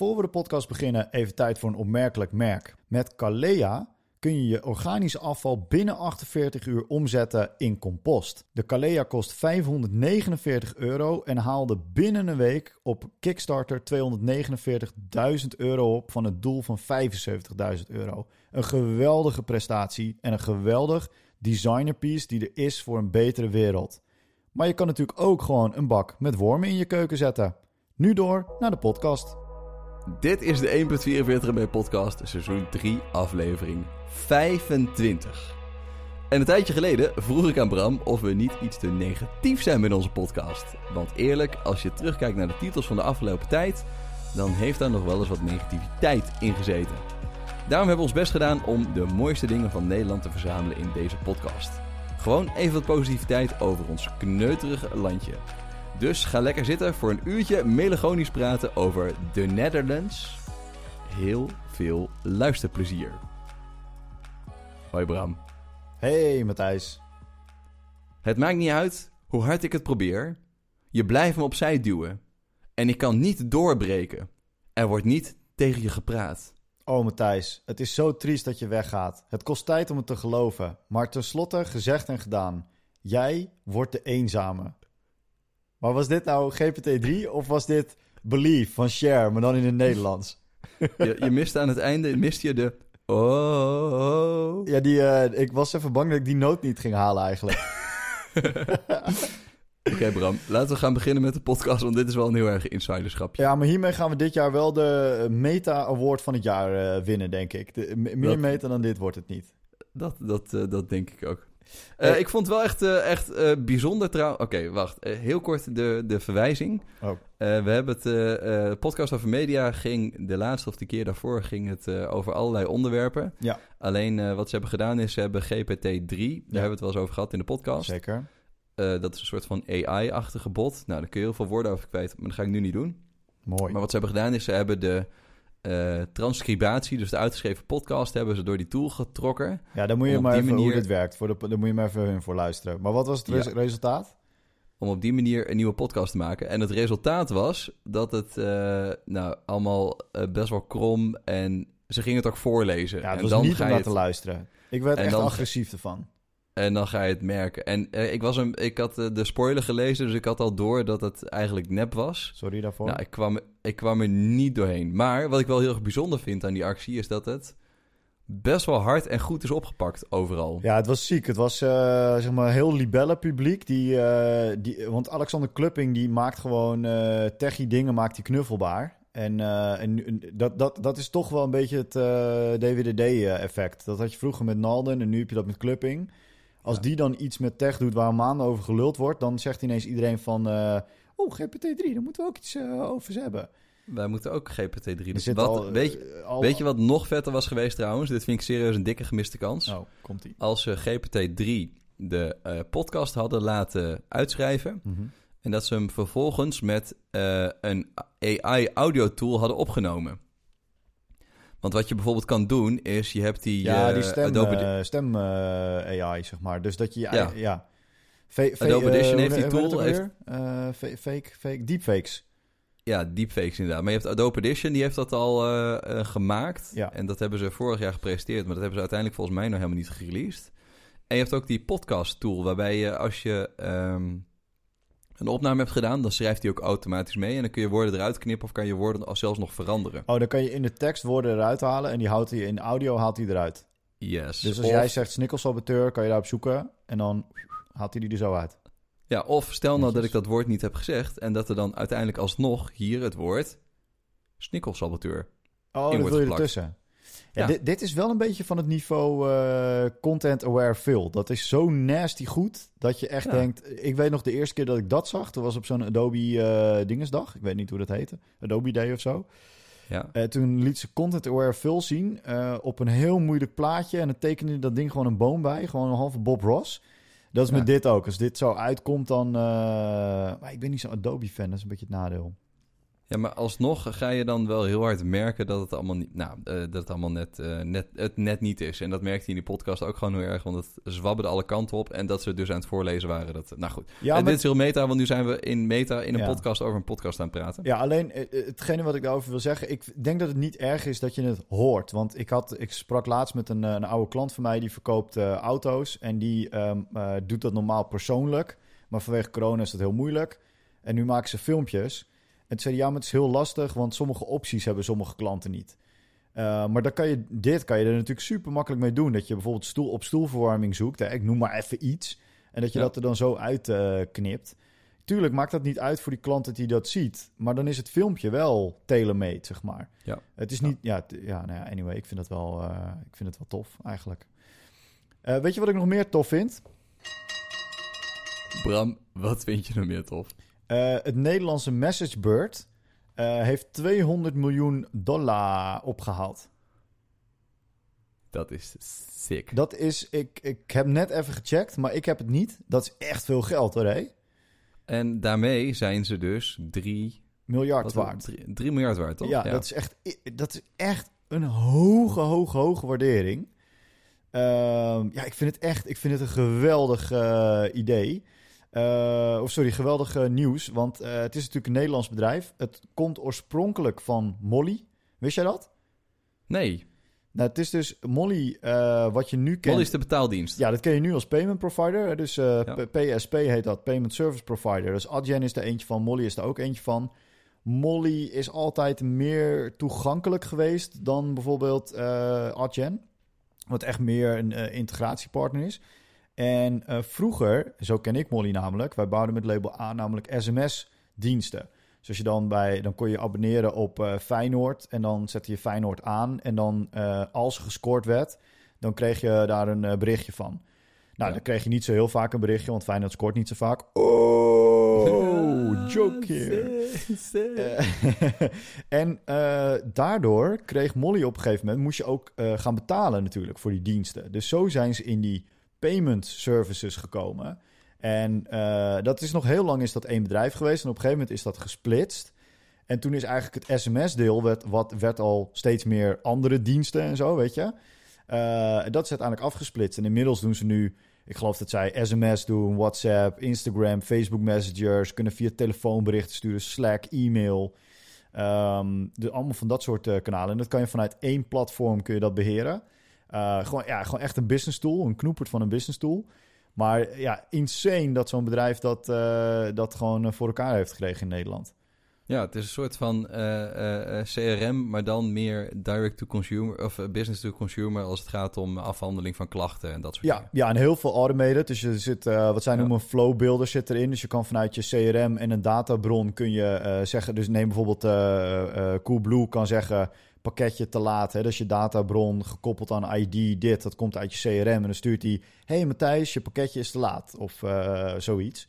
Voor we de podcast beginnen, even tijd voor een opmerkelijk merk. Met Calea kun je je organische afval binnen 48 uur omzetten in compost. De Calea kost €549 en haalde binnen een week op Kickstarter €249.000 op van het doel van €75.000. Een geweldige prestatie en een geweldig designerpiece die er is voor een betere wereld. Maar je kan natuurlijk ook gewoon een bak met wormen in je keuken zetten. Nu door naar de podcast. Dit is de 1.44 MB podcast, seizoen 3, aflevering 25. En een tijdje geleden vroeg ik aan Bram of we niet iets te negatief zijn met onze podcast. Want eerlijk, als je terugkijkt naar de titels van de afgelopen tijd, dan heeft daar nog wel eens wat negativiteit in gezeten. Daarom hebben we ons best gedaan om de mooiste dingen van Nederland te verzamelen in deze podcast. Gewoon even wat positiviteit over ons kneuterige landje. Dus ga lekker zitten voor een uurtje melancholisch praten over de Netherlands. Heel veel luisterplezier. Hoi Bram. Hey Matthijs. Het maakt niet uit hoe hard ik het probeer. Je blijft me opzij duwen. En ik kan niet doorbreken. Er wordt niet tegen je gepraat. Oh Matthijs, het is zo triest dat je weggaat. Het kost tijd om het te geloven. Maar tenslotte gezegd en gedaan. Jij wordt de eenzame. Maar was dit nou GPT-3 of was dit Believe van Cher, maar dan in het Nederlands? Je miste aan het einde, miste je de... Oh. Ja, ik was even bang dat ik die noot niet ging halen eigenlijk. Oké, Bram, laten we gaan beginnen met de podcast, want dit is wel een heel erg insiderschapje. Ja, maar hiermee gaan we dit jaar wel de Meta Award van het jaar winnen, denk ik. Meer meta dan dit wordt het niet. Dat denk ik ook. Ik vond het wel echt bijzonder trouwens. Oké, wacht. Heel kort de verwijzing. Oh. We hebben het podcast over media ging de laatste of de keer daarvoor ging het over allerlei onderwerpen. Ja. Alleen wat ze hebben gedaan is ze hebben GPT-3, daar hebben we het wel eens over gehad in de podcast. Zeker. Dat is een soort van AI-achtige bot. Nou, daar kun je heel veel woorden over kwijt, maar dat ga ik nu niet doen. Mooi. Maar wat ze hebben gedaan is ze hebben de transcribatie, dus de uitgeschreven podcast, hebben ze door die tool getrokken. Ja, dan moet je maar even hoe dit werkt. Daar moet je maar even voor luisteren. Maar wat was het resultaat? Om op die manier een nieuwe podcast te maken. En het resultaat was dat het allemaal best wel krom en ze gingen het ook voorlezen. Ja, het en was dan niet om naar te luisteren. Ik werd echt agressief ervan. En dan ga je het merken. En ik had de spoiler gelezen, dus ik had al door dat het eigenlijk nep was. Sorry daarvoor. Nou, ik kwam er niet doorheen. Maar wat ik wel heel erg bijzonder vind aan die actie is dat het best wel hard en goed is opgepakt overal. Ja, het was ziek. Het was zeg maar heel libelle publiek. Want Alexander Klupping die maakt gewoon techie dingen, maakt die knuffelbaar. En dat is toch wel een beetje het DWDD-effect. Dat had je vroeger met Nalden en nu heb je dat met Klupping. Als die dan iets met tech doet waar maanden over geluld wordt, dan zegt ineens iedereen van... GPT-3, daar moeten we ook iets over hebben. Wij moeten ook GPT-3 doen. Weet je wat nog vetter was geweest trouwens? Dit vind ik serieus een dikke gemiste kans. Oh, komt-ie. Als ze GPT-3 de podcast hadden laten uitschrijven... Mm-hmm. En dat ze hem vervolgens met een AI-audio-tool hadden opgenomen. Want wat je bijvoorbeeld kan doen, is je hebt die... die stem AI, zeg maar. Dus dat je... Adobe Audition heeft die tool. Fake deepfakes. Ja, deepfakes inderdaad. Maar je hebt Adobe Audition, die heeft dat al gemaakt. Ja. En dat hebben ze vorig jaar gepresenteerd. Maar dat hebben ze uiteindelijk volgens mij nog helemaal niet gereleased. En je hebt ook die podcast-tool, waarbij je als je... een opname hebt gedaan, dan schrijft hij ook automatisch mee. En dan kun je woorden eruit knippen of kan je woorden zelfs nog veranderen. Oh, dan kan je in de tekst woorden eruit halen en die houdt hij in audio haalt hij eruit. Yes. Dus als jij zegt snikkelsaboteur, kan je daarop zoeken en dan haalt hij die er zo uit. Ja, of stel nou dat ik dat woord niet heb gezegd en dat er dan uiteindelijk alsnog hier het woord snikkelsaboteur in dat wil je ertussen. Ja. Dit is wel een beetje van het niveau content-aware fill. Dat is zo nasty goed dat je echt denkt... Ik weet nog de eerste keer dat ik dat zag. Toen was op zo'n Adobe Dingesdag. Ik weet niet hoe dat heette. Adobe Day of zo. Ja. Toen liet ze content-aware fill zien op een heel moeilijk plaatje. En dan tekende dat ding gewoon een boom bij. Gewoon een halve Bob Ross. Dat is met dit ook. Als dit zo uitkomt, dan... maar ik ben niet zo'n Adobe-fan. Dat is een beetje het nadeel. Ja, maar alsnog ga je dan wel heel hard merken dat het allemaal niet, dat het allemaal net niet is. En dat merkte je in die podcast ook gewoon heel erg, want het zwabberde alle kanten op. En dat ze dus aan het voorlezen waren. Nou goed, dit is heel meta, want nu zijn we in een podcast over een podcast aan het praten. Ja, alleen hetgene wat ik daarover wil zeggen, ik denk dat het niet erg is dat je het hoort. Want ik sprak laatst met een oude klant van mij, die verkoopt auto's. En die doet dat normaal persoonlijk. Maar vanwege corona is dat heel moeilijk. En nu maken ze filmpjes. En toen zei hij, maar het is heel lastig, want sommige opties hebben sommige klanten niet. Maar dan kan je er natuurlijk super makkelijk mee doen. Dat je bijvoorbeeld stoelverwarming zoekt. Hè? Ik noem maar even iets. En dat je dat er dan zo uit knipt. Tuurlijk maakt dat niet uit voor die klant dat hij dat ziet. Maar dan is het filmpje wel tailor-made, zeg maar. Ja. Het is niet... anyway, ik vind het wel tof, eigenlijk. Weet je wat ik nog meer tof vind? Bram, wat vind je nog meer tof? Het Nederlandse MessageBird heeft $200 miljoen opgehaald. Dat is sick. Dat is... Ik heb net even gecheckt, maar ik heb het niet. Dat is echt veel geld, hoor, hè? En daarmee zijn ze dus 3 miljard waard. 3 miljard waard, toch? Ja, dat is echt een hoge waardering. Ik vind het een geweldig idee. Geweldig nieuws. Want het is natuurlijk een Nederlands bedrijf. Het komt oorspronkelijk van Molly. Wist jij dat? Nee. Nou, het is dus Molly, wat je nu kent. Molly is de betaaldienst. Ja, dat ken je nu als payment provider. Dus PSP heet dat, Payment Service Provider. Dus Adyen is er eentje van, Molly is er ook eentje van. Molly is altijd meer toegankelijk geweest dan bijvoorbeeld Adyen. Wat echt meer een integratiepartner is. En vroeger, zo ken ik Molly namelijk, wij bouwden met label A namelijk sms-diensten. Dus als je dan kon je abonneren op Feyenoord en dan zette je Feyenoord aan. En dan als gescoord werd, dan kreeg je daar een berichtje van. Nou, dan kreeg je niet zo heel vaak een berichtje, want Feyenoord scoort niet zo vaak. Oh, joke here. En daardoor kreeg Molly op een gegeven moment, moest je ook gaan betalen natuurlijk voor die diensten. Dus zo zijn ze in die payment services gekomen. En dat is nog heel lang is dat één bedrijf geweest. En op een gegeven moment is dat gesplitst. En toen is eigenlijk het sms-deel werd al steeds meer andere diensten en zo, weet je. Dat is uiteindelijk afgesplitst. En inmiddels doen ze nu, ik geloof dat zij sms doen, WhatsApp, Instagram, Facebook Messengers, kunnen via telefoonberichten sturen, Slack, e-mail. Allemaal van dat soort kanalen. En dat kan je vanuit één platform kun je dat beheren. Gewoon echt een business tool, een knoepert van een business tool. Maar ja, insane dat zo'n bedrijf dat gewoon voor elkaar heeft gekregen in Nederland. Ja, het is een soort van CRM, maar dan meer direct to consumer of business to consumer als het gaat om afhandeling van klachten en dat soort dingen. Ja, en heel veel automated. Dus er zit, wat zij noemen flow builder zit erin. Dus je kan vanuit je CRM en een databron kun je zeggen, dus neem bijvoorbeeld Coolblue kan zeggen pakketje te laat. Hè? Dus je databron gekoppeld aan ID, dat komt uit je CRM. En dan stuurt hij, hey Matthijs, je pakketje is te laat. Of zoiets.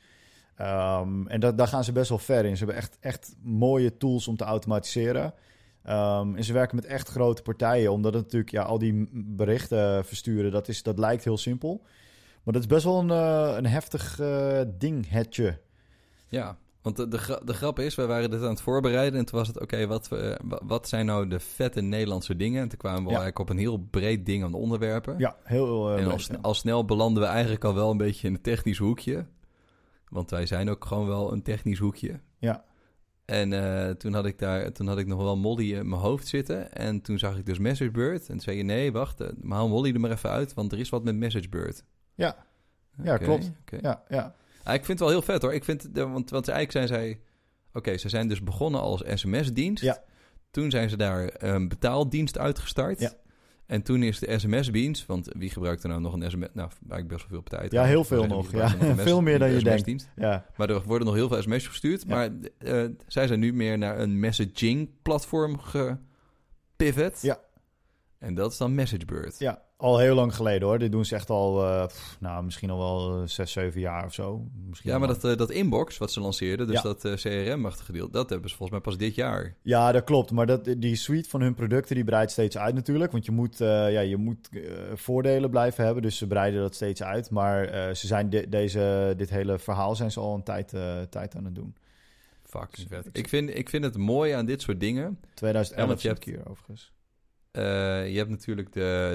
En daar gaan ze best wel ver in. Ze hebben echt mooie tools om te automatiseren. En ze werken met echt grote partijen. Omdat het natuurlijk, al die berichten versturen, dat lijkt heel simpel. Maar dat is best wel een heftig dingetje. Ja, want de grap is, wij waren dit aan het voorbereiden en toen was het, oké, wat zijn nou de vette Nederlandse dingen? En toen kwamen we eigenlijk op een heel breed ding aan onderwerpen. Ja, heel en al snel belanden we eigenlijk al wel een beetje in het technisch hoekje. Want wij zijn ook gewoon wel een technisch hoekje. Ja. En toen had ik nog wel Molly in mijn hoofd zitten. En toen zag ik dus MessageBird. En toen zei je, nee, wacht, haal Molly er maar even uit, want er is wat met MessageBird. Ja, klopt. Okay. Ja. Ik vind het wel heel vet hoor. Want eigenlijk zijn zij... Oké, ze zijn dus begonnen als sms-dienst. Ja. Toen zijn ze daar een betaaldienst uitgestart. Ja. En toen is de sms-dienst... Want wie gebruikt er nou nog een sms... Nou, eigenlijk best wel veel op tijd. Ja, heel veel nog. Ja. Veel meer dan je denkt. Ja. Maar er worden nog heel veel sms'jes verstuurd. Ja. Maar zij zijn nu meer naar een messaging-platform gepivot. Ja. En dat is dan MessageBird. Ja, al heel lang geleden hoor. Dit doen ze echt al, misschien al wel 6, 7 jaar of zo. Misschien maar dat inbox wat ze lanceerden, dus dat CRM-achtige deel, dat hebben ze volgens mij pas dit jaar. Ja, dat klopt. Maar die suite van hun producten, die breidt steeds uit natuurlijk. Want je moet voordelen blijven hebben, dus ze breiden dat steeds uit. Maar ze zijn dit hele verhaal zijn ze al een tijd aan het doen. Fucking vet. Ik vind het mooi aan dit soort dingen. 2011 je hebt hier overigens. Je hebt natuurlijk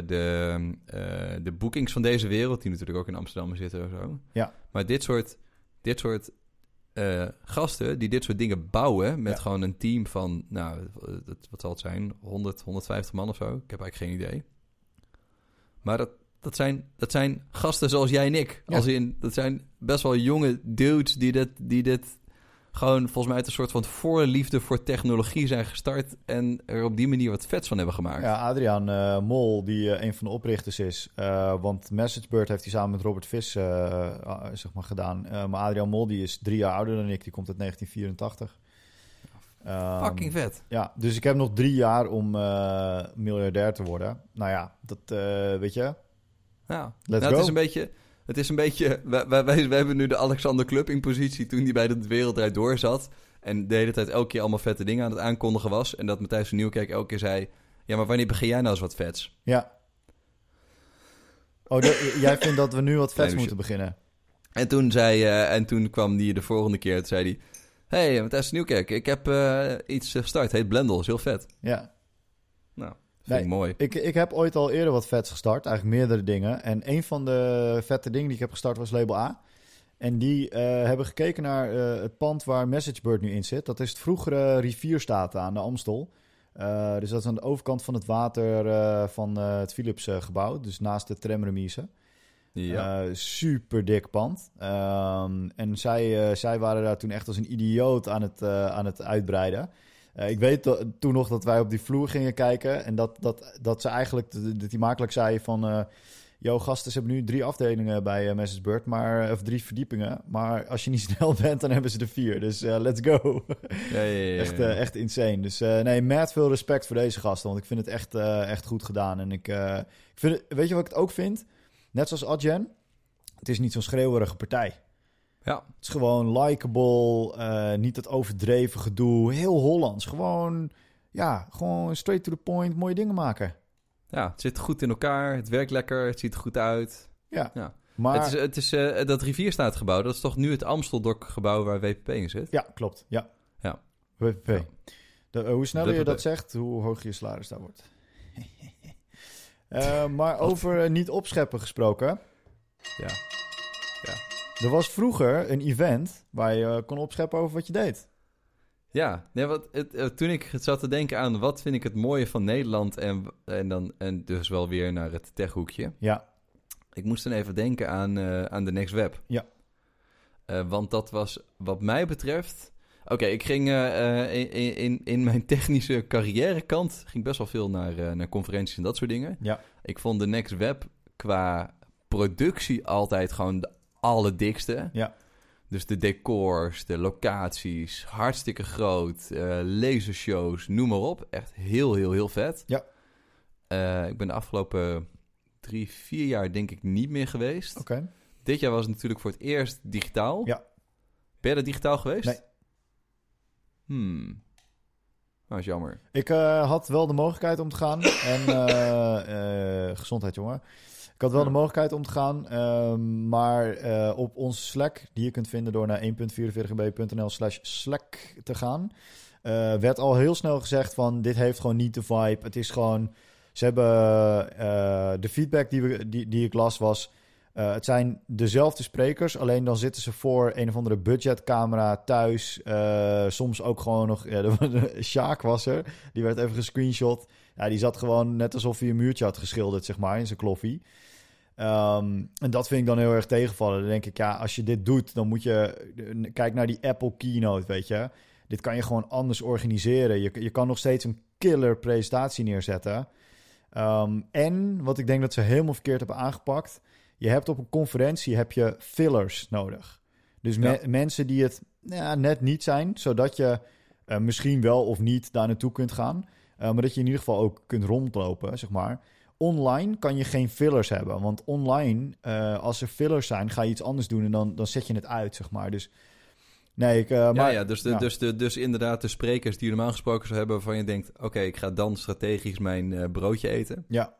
de bookings van deze wereld, die natuurlijk ook in Amsterdam zitten of zo. Ja. Maar dit soort gasten die dit soort dingen bouwen met gewoon een team van, nou, wat zal het zijn? 100, 150 man of zo? Ik heb eigenlijk geen idee. Maar dat zijn gasten zoals jij en ik. Ja. Als in, dat zijn best wel jonge dudes die dit gewoon volgens mij uit een soort van voorliefde voor technologie zijn gestart en er op die manier wat vets van hebben gemaakt. Ja, Adriaan Mol, die een van de oprichters is. Want MessageBird heeft hij samen met Robert Vis zeg maar gedaan. Maar Adriaan Mol, die is 3 jaar ouder dan ik. Die komt uit 1984. Fucking vet. Ja, dus ik heb nog 3 jaar om miljardair te worden. Nou ja, dat weet je. Ja, Let's nou, go. Het is een beetje... Wij hebben nu de Alexander Klupping positie toen hij bij de Wereld Door zat. En de hele tijd elke keer allemaal vette dingen aan het aankondigen was. En dat Matthijs van Nieuwkerk elke keer zei... Ja, maar wanneer begin jij nou eens wat vets? Ja. Oh, jij vindt dat we nu wat vets moeten beginnen? En toen kwam hij de volgende keer. Toen zei hij... Hey, Matthijs van Nieuwkerk, ik heb iets gestart. Heet Blendel, is heel vet. Ja. Nou, vind ik mooi. Ik heb ooit al eerder wat vets gestart. Eigenlijk meerdere dingen. En een van de vette dingen die ik heb gestart was Label A. En die hebben gekeken naar het pand waar MessageBird nu in zit. Dat is het vroegere rivierstaten aan de Amstel. Dus dat is aan de overkant van het water van het Philips gebouw. Dus naast de tramremise. Ja. Super dik pand. En zij waren daar toen echt als een idioot aan het uitbreiden. Ik weet toen nog dat wij op die vloer gingen kijken. En dat ze eigenlijk, dat die makelijk zei van... Yo, gasten, ze hebben nu 3 afdelingen bij MessageBird, of 3 verdiepingen. Maar als je niet snel bent, dan hebben ze er 4. Dus let's go. Ja. Echt insane. Dus nee, mad veel respect voor deze gasten. Want ik vind het echt goed gedaan. En ik vind het, weet je wat ik het ook vind? Net zoals Adyen. Het is niet zo'n schreeuwerige partij. Ja. Het is gewoon likable. Niet dat overdreven gedoe. Heel Hollands. Gewoon straight to the point. Mooie dingen maken. Ja, het zit goed in elkaar. Het werkt lekker. Het ziet er goed uit. Ja. Maar Het is dat Rivierstaatgebouw. Dat is toch nu het Amsteldok-gebouw waar WPP in zit? ja, klopt. Ja. WPP. Hoe sneller je dat zegt, hoe hoger je salaris daar wordt. Maar over niet opscheppen gesproken. Ja. Er was vroeger een event waar je kon opscheppen over wat je deed. Ja, toen ik zat te denken aan wat vind ik het mooie van Nederland en dus wel weer naar het techhoekje. Ja. Ik moest dan even denken aan de Next Web. Ja. Want dat was wat mij betreft... Oké, ik ging in mijn technische carrièrekant ging best wel veel naar conferenties en dat soort dingen. Ja. Ik vond de Next Web qua productie altijd gewoon de allerdikste. Ja. Dus de decors, de locaties, hartstikke groot, lasershows, noem maar op. Echt heel, heel, heel vet. Ja. Ik ben de afgelopen 3-4 jaar denk ik niet meer geweest. Oké. Dit jaar was het natuurlijk voor het eerst digitaal. Ja. Ben je er digitaal geweest? Nee. Dat is jammer. Ik had wel de mogelijkheid om te gaan. En gezondheid, jongen. Ik had wel de mogelijkheid om te gaan. Maar op onze Slack, die je kunt vinden door naar 1.44mb.nl/Slack te gaan, werd al heel snel gezegd van dit heeft gewoon niet de vibe. Het is gewoon... Ze hebben de feedback die ik las was... het zijn dezelfde sprekers, alleen dan zitten ze voor een of andere budgetcamera thuis. Soms ook gewoon nog... Sjaak was er, die werd even gescreenshot. Ja, die zat gewoon net alsof hij een muurtje had geschilderd, zeg maar, in zijn kloffie. En dat vind ik dan heel erg tegenvallen. Dan denk ik, ja, als je dit doet, dan moet je... Kijk naar die Apple Keynote, weet je. Dit kan je gewoon anders organiseren. Je kan nog steeds een killer presentatie neerzetten. En wat ik denk dat ze helemaal verkeerd hebben aangepakt... Je hebt op een conferentie heb je fillers nodig. Dus mensen die het net niet zijn... zodat je misschien wel of niet daar naartoe kunt gaan... maar dat je in ieder geval ook kunt rondlopen, zeg maar. Online kan je geen fillers hebben. Want online, als er fillers zijn, ga je iets anders doen... en dan zet je het uit, zeg maar. Dus nee, dus inderdaad de sprekers die je normaal gesproken zou hebben... waarvan je denkt, oké, ik ga dan strategisch mijn broodje eten. Ja.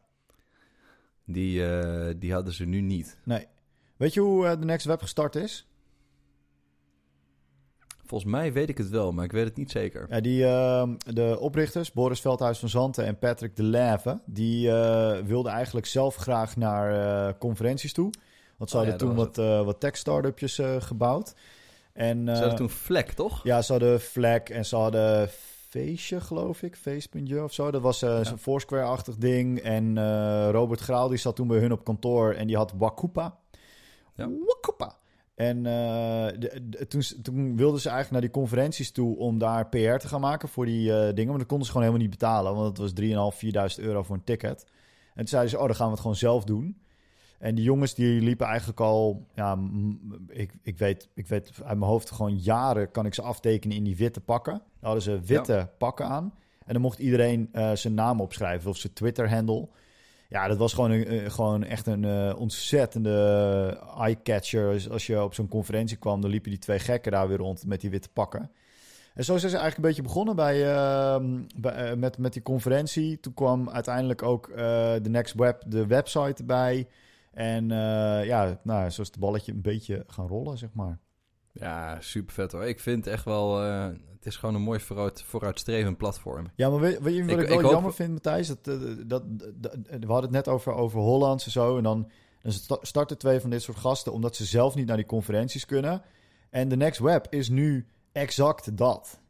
Die hadden ze nu niet. Nee. Weet je hoe de Next Web gestart is? Volgens mij weet ik het wel, maar ik weet het niet zeker. Ja, de oprichters, Boris Veldhuis van Zanten en Patrick de Leve, die wilden eigenlijk zelf graag naar conferenties toe. Want ze hadden toen wat tech-startupjes gebouwd. En, ze hadden toen Vlek, toch? Ja, ze hadden Vlek en ze hadden Feestje, geloof ik. Face.je of zo. Dat was zo'n Foursquare-achtig ding. En Robert Graal, die zat toen bij hun op kantoor en die had Wakupa. Ja. Wakupa. En toen wilden ze eigenlijk naar die conferenties toe om daar PR te gaan maken voor die dingen. Maar dat konden ze gewoon helemaal niet betalen, want het was 3.500, 4.000 euro voor een ticket. En toen zeiden ze, dan gaan we het gewoon zelf doen. En die jongens die liepen eigenlijk al, ja, ik weet uit mijn hoofd gewoon jaren kan ik ze aftekenen in die witte pakken. Daar hadden ze witte pakken aan. En dan mocht iedereen zijn naam opschrijven of zijn Twitter-handle. Ja, dat was gewoon echt een ontzettende eye-catcher. Als je op zo'n conferentie kwam, dan liepen die twee gekken daar weer rond met die witte pakken. En zo zijn ze eigenlijk een beetje begonnen met die conferentie. Toen kwam uiteindelijk ook de Next Web, de website erbij. En zo is het balletje een beetje gaan rollen, zeg maar. Ja, super vet hoor. Ik vind echt wel, het is gewoon een mooi vooruitstrevend platform. Ja, maar weet je wat ik wel jammer vind, Matthijs? We hadden het net over Hollands en zo. En dan starten twee van dit soort gasten, omdat ze zelf niet naar die conferenties kunnen. En de Next Web is nu exact dat.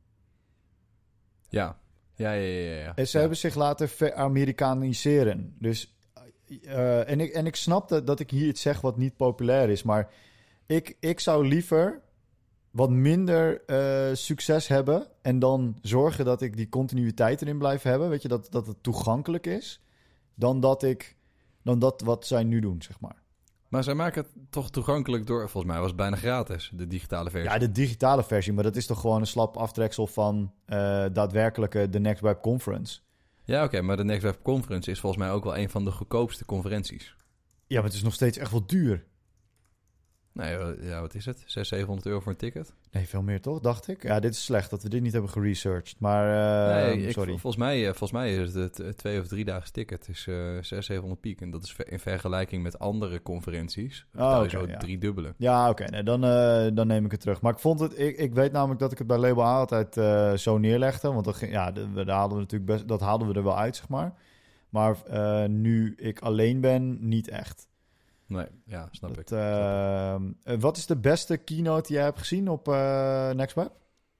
Ja. En ze hebben zich laten ver-Amerikaniseren. Dus... En ik snap dat ik hier iets zeg wat niet populair is, maar ik zou liever wat minder succes hebben en dan zorgen dat ik die continuïteit erin blijf hebben, weet je, dat het toegankelijk is, dan dat wat zij nu doen, zeg maar. Maar zij maken het toch toegankelijk door, volgens mij was het bijna gratis, de digitale versie. Ja, de digitale versie, maar dat is toch gewoon een slap aftreksel van daadwerkelijke de Next Web Conference. Ja, oké, maar de Next Web Conference is volgens mij ook wel een van de goedkoopste conferenties. Ja, maar het is nog steeds echt wel duur. Nee, ja, wat is het? 600-700 euro voor een ticket? Nee, veel meer toch, dacht ik. Ja, dit is slecht dat we dit niet hebben geresearched, maar sorry. Volgens mij is het 2 of 3 dagen ticket. Het is 600-700 piek. En dat is in vergelijking met andere conferenties. Zo 3-dubbele. Ja, oké. Nee, dan neem ik het terug. Maar ik vond het... Ik weet namelijk dat ik het bij Label A altijd zo neerlegde. Want dat haalden we er wel uit, zeg maar. Maar nu ik alleen ben, niet echt. Nee, ja, snap ik. Wat is de beste keynote die jij hebt gezien op Next Web?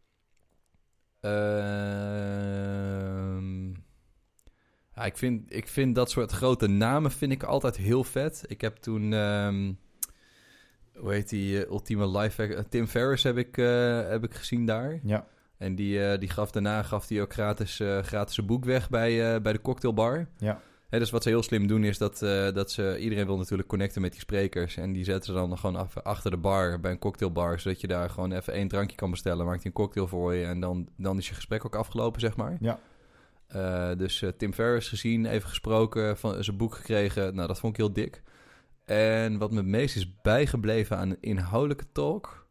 Ik vind dat soort grote namen vind ik altijd heel vet. Ik heb toen, hoe heet die ultieme live... Tim Ferriss heb ik gezien daar. Ja. En die gaf hij ook gratis een boek weg bij de cocktailbar. Ja. Dus wat ze heel slim doen is dat iedereen wil natuurlijk connecten met die sprekers. En die zetten ze dan gewoon achter de bar bij een cocktailbar. Zodat je daar gewoon even 1 drankje kan bestellen. Maakt hij een cocktail voor je en dan is je gesprek ook afgelopen, zeg maar. Ja. Dus Tim Ferriss gezien, even gesproken, van zijn boek gekregen. Nou, dat vond ik heel dik. En wat me het meest is bijgebleven aan een inhoudelijke talk...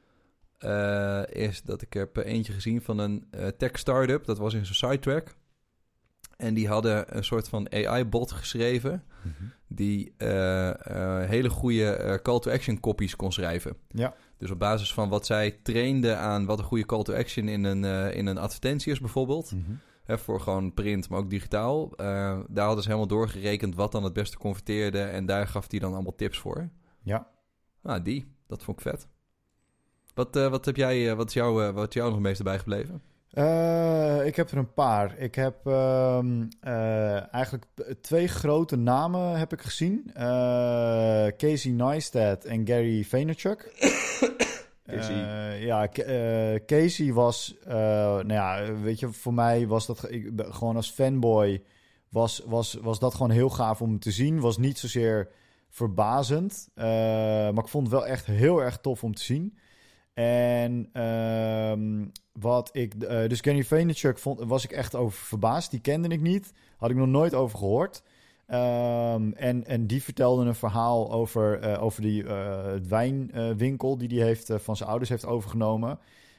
is dat ik heb eentje gezien van een tech-startup. Dat was in zo'n sidetrack. En die hadden een soort van AI-bot geschreven... Mm-hmm. Die hele goede call-to-action copies kon schrijven. Ja. Dus op basis van wat zij trainde aan wat een goede call-to-action in een advertentie is bijvoorbeeld... Mm-hmm. Voor gewoon print, maar ook digitaal. Daar hadden ze helemaal doorgerekend wat dan het beste converteerde... en daar gaf hij dan allemaal tips voor. Ja. Nou, dat vond ik vet. Wat is jou nog het meeste bijgebleven? Ik heb er een paar. Ik heb eigenlijk 2 grote namen heb ik gezien. Casey Neistat en Gary Vaynerchuk. Casey was... weet je, voor mij was dat... gewoon als fanboy was dat gewoon heel gaaf om te zien. Was niet zozeer verbazend. Maar ik vond het wel echt heel erg tof om te zien. En dus Gary Vaynerchuk was ik echt over verbaasd. Die kende ik niet. Had ik nog nooit over gehoord. En die vertelde een verhaal over die het wijnwinkel die heeft van zijn ouders heeft overgenomen.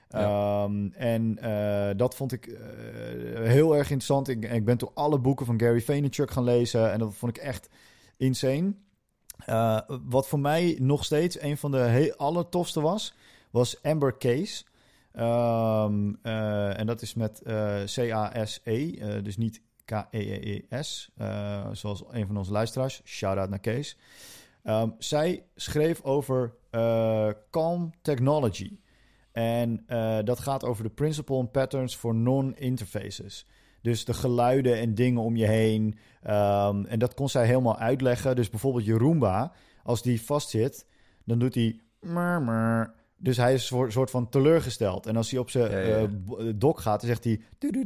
Ja. Dat vond ik heel erg interessant. Ik ben toen alle boeken van Gary Vaynerchuk gaan lezen en dat vond ik echt insane. Wat voor mij nog steeds een van de allertofste was Amber Case. En dat is met C-A-S-E, dus niet K-E-E-S, zoals een van onze luisteraars. Shout-out naar Kees. Zij schreef over Calm Technology. En dat gaat over de principle and patterns for non-interfaces. Dus de geluiden en dingen om je heen. En dat kon zij helemaal uitleggen. Dus bijvoorbeeld je Roomba, als die vastzit, dan doet hij murmur. Dus hij is een soort van teleurgesteld. En als hij op zijn dok gaat, dan zegt hij...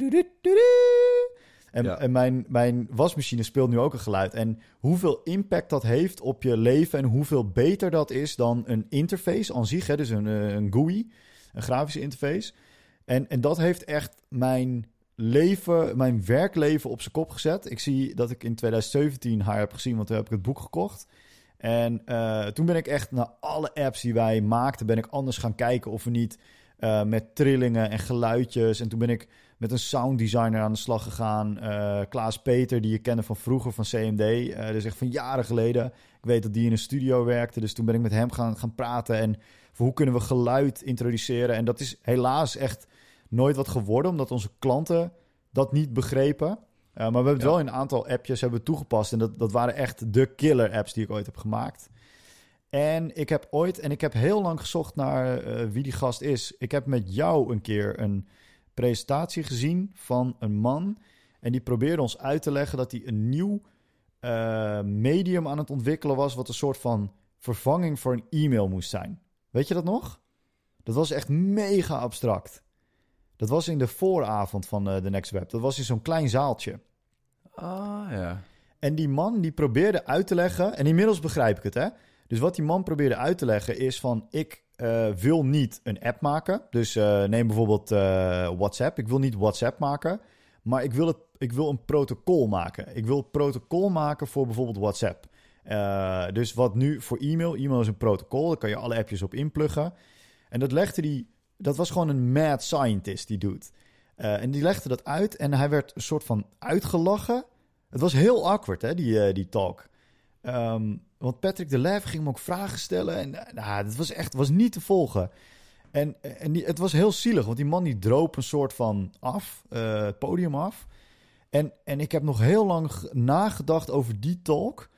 En mijn wasmachine speelt nu ook een geluid. En hoeveel impact dat heeft op je leven... en hoeveel beter dat is dan een interface aan zich. Hè? Dus een GUI, een grafische interface. En dat heeft echt mijn werkleven op zijn kop gezet. Ik zie dat ik in 2017 haar heb gezien... want toen heb ik het boek gekocht... En toen ben ik echt naar alle apps die wij maakten... ben ik anders gaan kijken of we niet met trillingen en geluidjes... en toen ben ik met een sounddesigner aan de slag gegaan. Klaas Peter, die je kende van vroeger van CMD. Dus echt van jaren geleden. Ik weet dat die in een studio werkte. Dus toen ben ik met hem gaan praten. En voor hoe kunnen we geluid introduceren. En dat is helaas echt nooit wat geworden... omdat onze klanten dat niet begrepen... maar we hebben het wel in een aantal appjes hebben toegepast. En dat waren echt de killer apps die ik ooit heb gemaakt. En ik heb heel lang gezocht naar wie die gast is. Ik heb met jou een keer een presentatie gezien van een man. En die probeerde ons uit te leggen dat hij een nieuw medium aan het ontwikkelen was... wat een soort van vervanging voor een e-mail moest zijn. Weet je dat nog? Dat was echt mega abstract. Dat was in de vooravond van The Next Web. Dat was in zo'n klein zaaltje. Ah, ja. En die man die probeerde uit te leggen... en inmiddels begrijp ik het, hè. Dus wat die man probeerde uit te leggen is van... ik wil niet een app maken. Dus neem bijvoorbeeld WhatsApp. Ik wil niet WhatsApp maken... maar ik wil een protocol maken. Ik wil een protocol maken voor bijvoorbeeld WhatsApp. Dus wat nu voor e-mail... e-mail is een protocol, daar kan je alle appjes op inpluggen. En dat legde die... Dat was gewoon een mad scientist, die doet. En die legde dat uit en hij werd een soort van uitgelachen. Het was heel awkward, hè, die talk. Want Patrick de Lef ging hem ook vragen stellen. En het was niet te volgen. En het was heel zielig, want die man die droop een soort van het podium af. En ik heb nog heel lang nagedacht over die talk...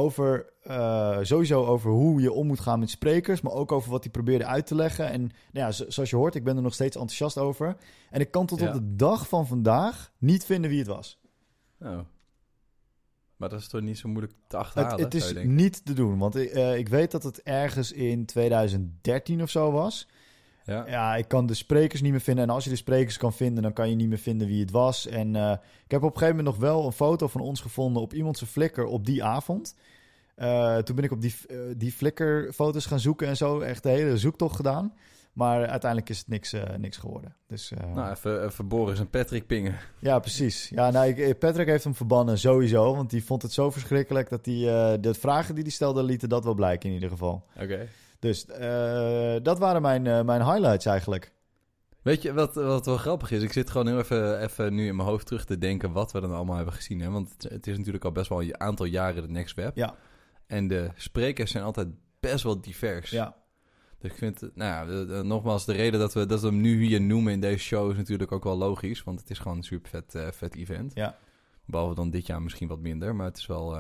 sowieso over hoe je om moet gaan met sprekers... maar ook over wat hij probeerde uit te leggen. En zoals je hoort, ik ben er nog steeds enthousiast over. En ik kan tot op de dag van vandaag niet vinden wie het was. Oh. Maar dat is toch niet zo moeilijk te achterhalen? Het is niet te doen, want ik weet dat het ergens in 2013 of zo was... Ja, ik kan de sprekers niet meer vinden. En als je de sprekers kan vinden, dan kan je niet meer vinden wie het was. En ik heb op een gegeven moment nog wel een foto van ons gevonden... op iemands Flickr op die avond. Toen ben ik op die Flickr-foto's gaan zoeken en zo. Echt de hele zoektocht gedaan. Maar uiteindelijk is het niks geworden. Dus, even Boris en Patrick pingen. Ja, precies. Ja, Patrick heeft hem verbannen sowieso. Want die vond het zo verschrikkelijk... dat de vragen die hij stelde lieten dat wel blijken in ieder geval. Oké. Dus dat waren mijn highlights eigenlijk. Weet je wat wel grappig is? Ik zit gewoon heel even nu in mijn hoofd terug te denken... wat we dan allemaal hebben gezien. Hè? Want het is natuurlijk al best wel een aantal jaren de Next Web. Ja. En de sprekers zijn altijd best wel divers. Ja. Dus ik vind, nogmaals, de reden dat we hem nu hier noemen in deze show... is natuurlijk ook wel logisch. Want het is gewoon een super vet event. Ja. Behalve dan dit jaar misschien wat minder. Maar het is wel...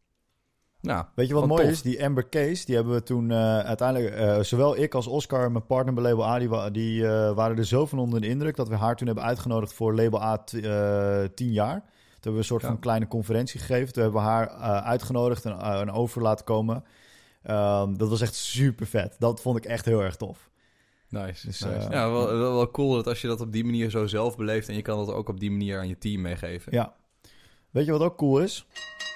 weet je wat mooi is? Die Amber Case, die hebben we toen uiteindelijk... zowel ik als Oscar, mijn partner bij Label A... die waren er zo van onder de indruk... dat we haar toen hebben uitgenodigd voor Label A 10 jaar. Toen hebben we een soort van kleine conferentie gegeven. Toen hebben we haar uitgenodigd en over laten komen. Dat was echt super vet. Dat vond ik echt heel erg tof. Nice. Dus, nice. Ja, wel cool dat als je dat op die manier zo zelf beleeft... en je kan dat ook op die manier aan je team meegeven. Ja. Weet je wat ook cool is?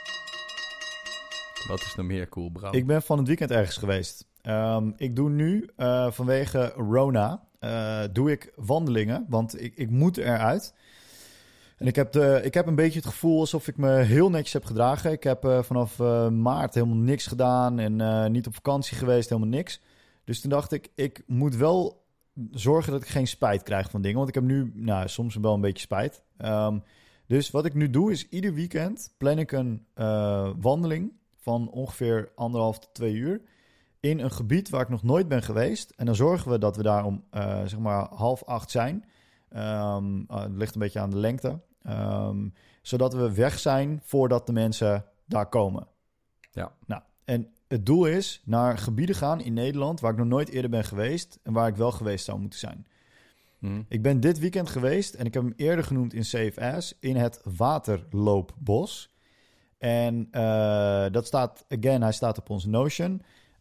Wat is nou meer cool, Bram? Ik ben van het weekend ergens geweest. Ik doe nu vanwege Rona doe ik wandelingen, want ik moet eruit. En ik heb een beetje het gevoel alsof ik me heel netjes heb gedragen. Ik heb vanaf maart helemaal niks gedaan en niet op vakantie geweest, helemaal niks. Dus toen dacht ik moet wel zorgen dat ik geen spijt krijg van dingen. Want ik heb nu soms wel een beetje spijt. Dus wat ik nu doe is ieder weekend plan ik een wandeling van ongeveer 1,5 tot 2 uur. in een gebied waar ik nog nooit ben geweest. En dan zorgen we dat we daar om zeg maar 7:30 zijn. Het ligt een beetje aan de lengte. Zodat we weg zijn voordat de mensen daar komen. Ja. Nou, en het doel is naar gebieden gaan in Nederland waar ik nog nooit eerder ben geweest en waar ik wel geweest zou moeten zijn. Ik ben dit weekend geweest en ik heb hem eerder genoemd in Safe As in het Waterloopbos. En dat staat, hij staat op onze Notion.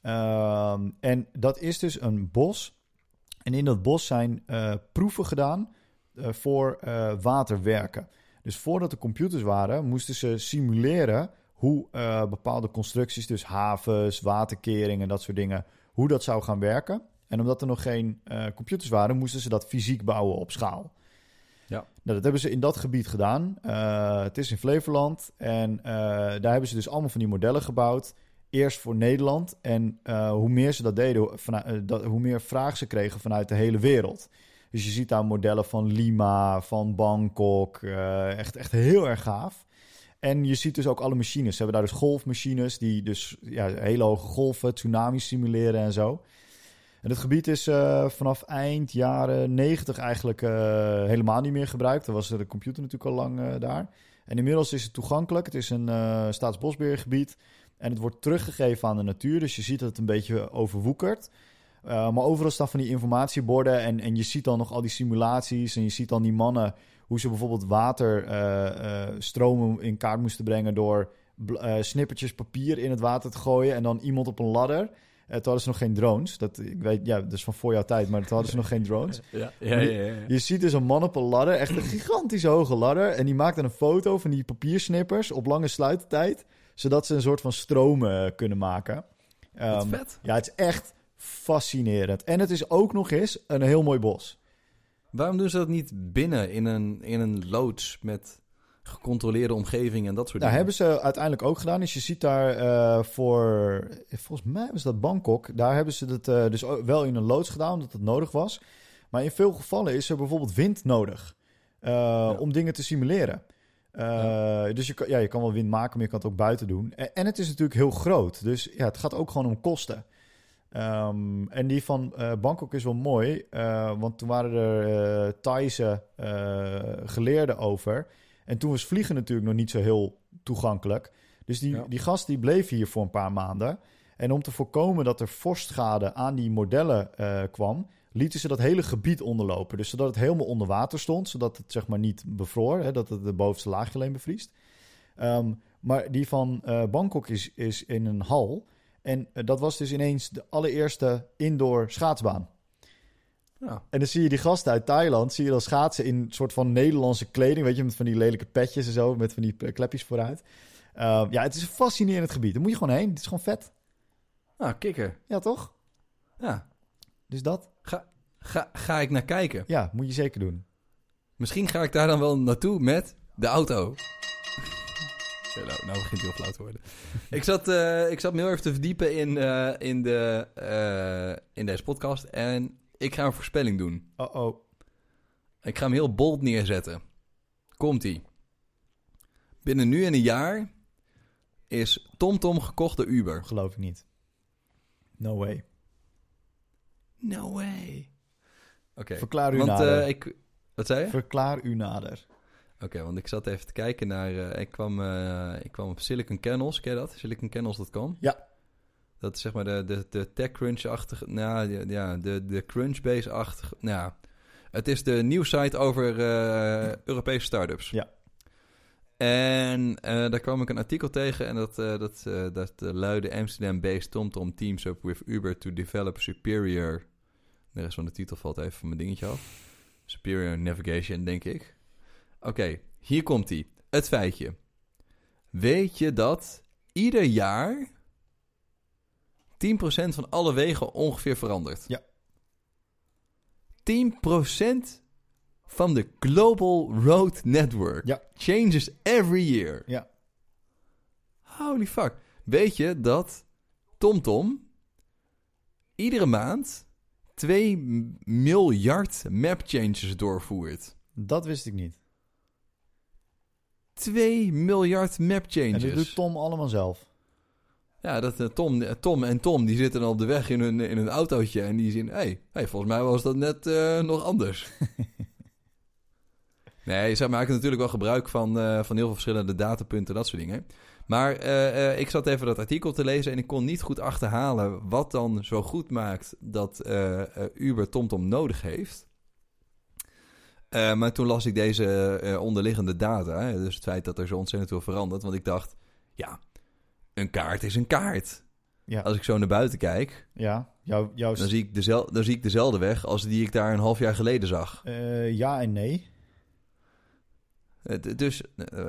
En dat is dus een bos. En in dat bos zijn proeven gedaan voor waterwerken. Dus voordat er computers waren, moesten ze simuleren hoe bepaalde constructies, dus havens, waterkeringen, dat soort dingen, hoe dat zou gaan werken. En omdat er nog geen computers waren, moesten ze dat fysiek bouwen op schaal. Ja. Nou, dat hebben ze in dat gebied gedaan. Het is in Flevoland. En daar hebben ze dus allemaal van die modellen gebouwd. Eerst voor Nederland. En hoe meer ze dat deden, hoe meer vraag ze kregen vanuit de hele wereld. Dus je ziet daar modellen van Lima, van Bangkok. Echt heel erg gaaf. En je ziet dus ook alle machines. Ze hebben daar dus golfmachines die dus hele hoge golven, tsunamis simuleren en zo. En het gebied is vanaf eind jaren 90 eigenlijk helemaal niet meer gebruikt. Dan was de computer natuurlijk al lang daar. En inmiddels is het toegankelijk. Het is een staatsbosbeheergebied. En het wordt teruggegeven aan de natuur. Dus je ziet dat het een beetje overwoekert. Maar overal staan van die informatieborden. En je ziet dan nog al die simulaties. En je ziet dan die mannen hoe ze bijvoorbeeld waterstromen in kaart moesten brengen door snippertjes papier in het water te gooien. En dan iemand op een ladder. Toen hadden ze nog geen drones. Dat is van voor jouw tijd, maar toen hadden ze nog geen drones. Ja. Je ziet dus een man op een ladder, echt een gigantisch hoge ladder. En die maakt dan een foto van die papiersnippers op lange sluitertijd, zodat ze een soort van stromen kunnen maken. Wat vet. Ja, het is echt fascinerend. En het is ook nog eens een heel mooi bos. Waarom doen ze dat niet binnen in een loods met gecontroleerde omgeving en dat soort dingen? Hebben ze uiteindelijk ook gedaan. Dus je ziet daar volgens mij was dat Bangkok. Daar hebben ze het dus wel in een loods gedaan, omdat het nodig was. Maar in veel gevallen is er bijvoorbeeld wind nodig om dingen te simuleren. Dus je kan wel wind maken, maar je kan het ook buiten doen. En het is natuurlijk heel groot. Dus ja, het gaat ook gewoon om kosten. En die van Bangkok is wel mooi, want toen waren er Thaise geleerden over. En toen was vliegen natuurlijk nog niet zo heel toegankelijk. Dus die gast die bleef hier voor een paar maanden. En om te voorkomen dat er vorstschade aan die modellen kwam, lieten ze dat hele gebied onderlopen. Dus zodat het helemaal onder water stond, zodat het zeg maar niet bevroor, hè, dat het de bovenste laagje alleen bevriest. Maar die van Bangkok is in een hal. En dat was dus ineens de allereerste indoor schaatsbaan. Ja. En dan zie je die gasten uit Thailand, zie je dan schaatsen in een soort van Nederlandse kleding, weet je, met van die lelijke petjes en zo, met van die klepjes vooruit. Het is een fascinerend gebied. Daar moet je gewoon heen. Het is gewoon vet. Kikker. Ja, toch? Ja. Dus dat. Ga ik naar kijken? Ja, moet je zeker doen. Misschien ga ik daar dan wel naartoe met de auto. Nou begint het heel flauw te worden. Ik zat me heel even te verdiepen in deze podcast. En ik ga een voorspelling doen. Ik ga hem heel bold neerzetten. Komt-ie. Binnen nu en een jaar is TomTom gekocht door Uber. Geloof ik niet. No way. No way. Oké. Verklaar u nader. Wat zei je? Verklaar u nader. Oké, want ik zat even te kijken naar... Ik kwam op Silicon Kernels. Ken je dat? SiliconKernels.com. Ja. Dat is zeg maar de TechCrunch-achtige... de Crunchbase-achtige... het is de nieuwssite over Europese startups. Ja. En daar kwam ik een artikel tegen. En dat luidde Amsterdam-based TomTom teams up with Uber to develop superior... De rest van de titel valt even van mijn dingetje af. Superior navigation, denk ik. Oké, hier komt ie. Het feitje. Weet je dat ieder jaar 10% van alle wegen ongeveer verandert? Ja. 10% van de Global Road Network changes every year. Ja. Holy fuck. Weet je dat TomTom iedere maand 2 miljard map changes doorvoert? Dat wist ik niet. 2 miljard map changes. En dat doet Tom allemaal zelf. Ja, dat Tom die zitten dan op de weg in hun autootje en die zien... Hey, volgens mij was dat net nog anders. Nee, zij maken natuurlijk wel gebruik van heel veel verschillende datapunten, dat soort dingen. Maar ik zat even dat artikel te lezen en ik kon niet goed achterhalen wat dan zo goed maakt dat Uber TomTom nodig heeft. Maar toen las ik deze onderliggende data, hè, dus het feit dat er zo ontzettend veel verandert. Want ik dacht, ja, een kaart is een kaart. Ja. Als ik zo naar buiten kijk, dan zie ik dezelfde weg als die ik daar een half jaar geleden zag. Ja en nee. Dus...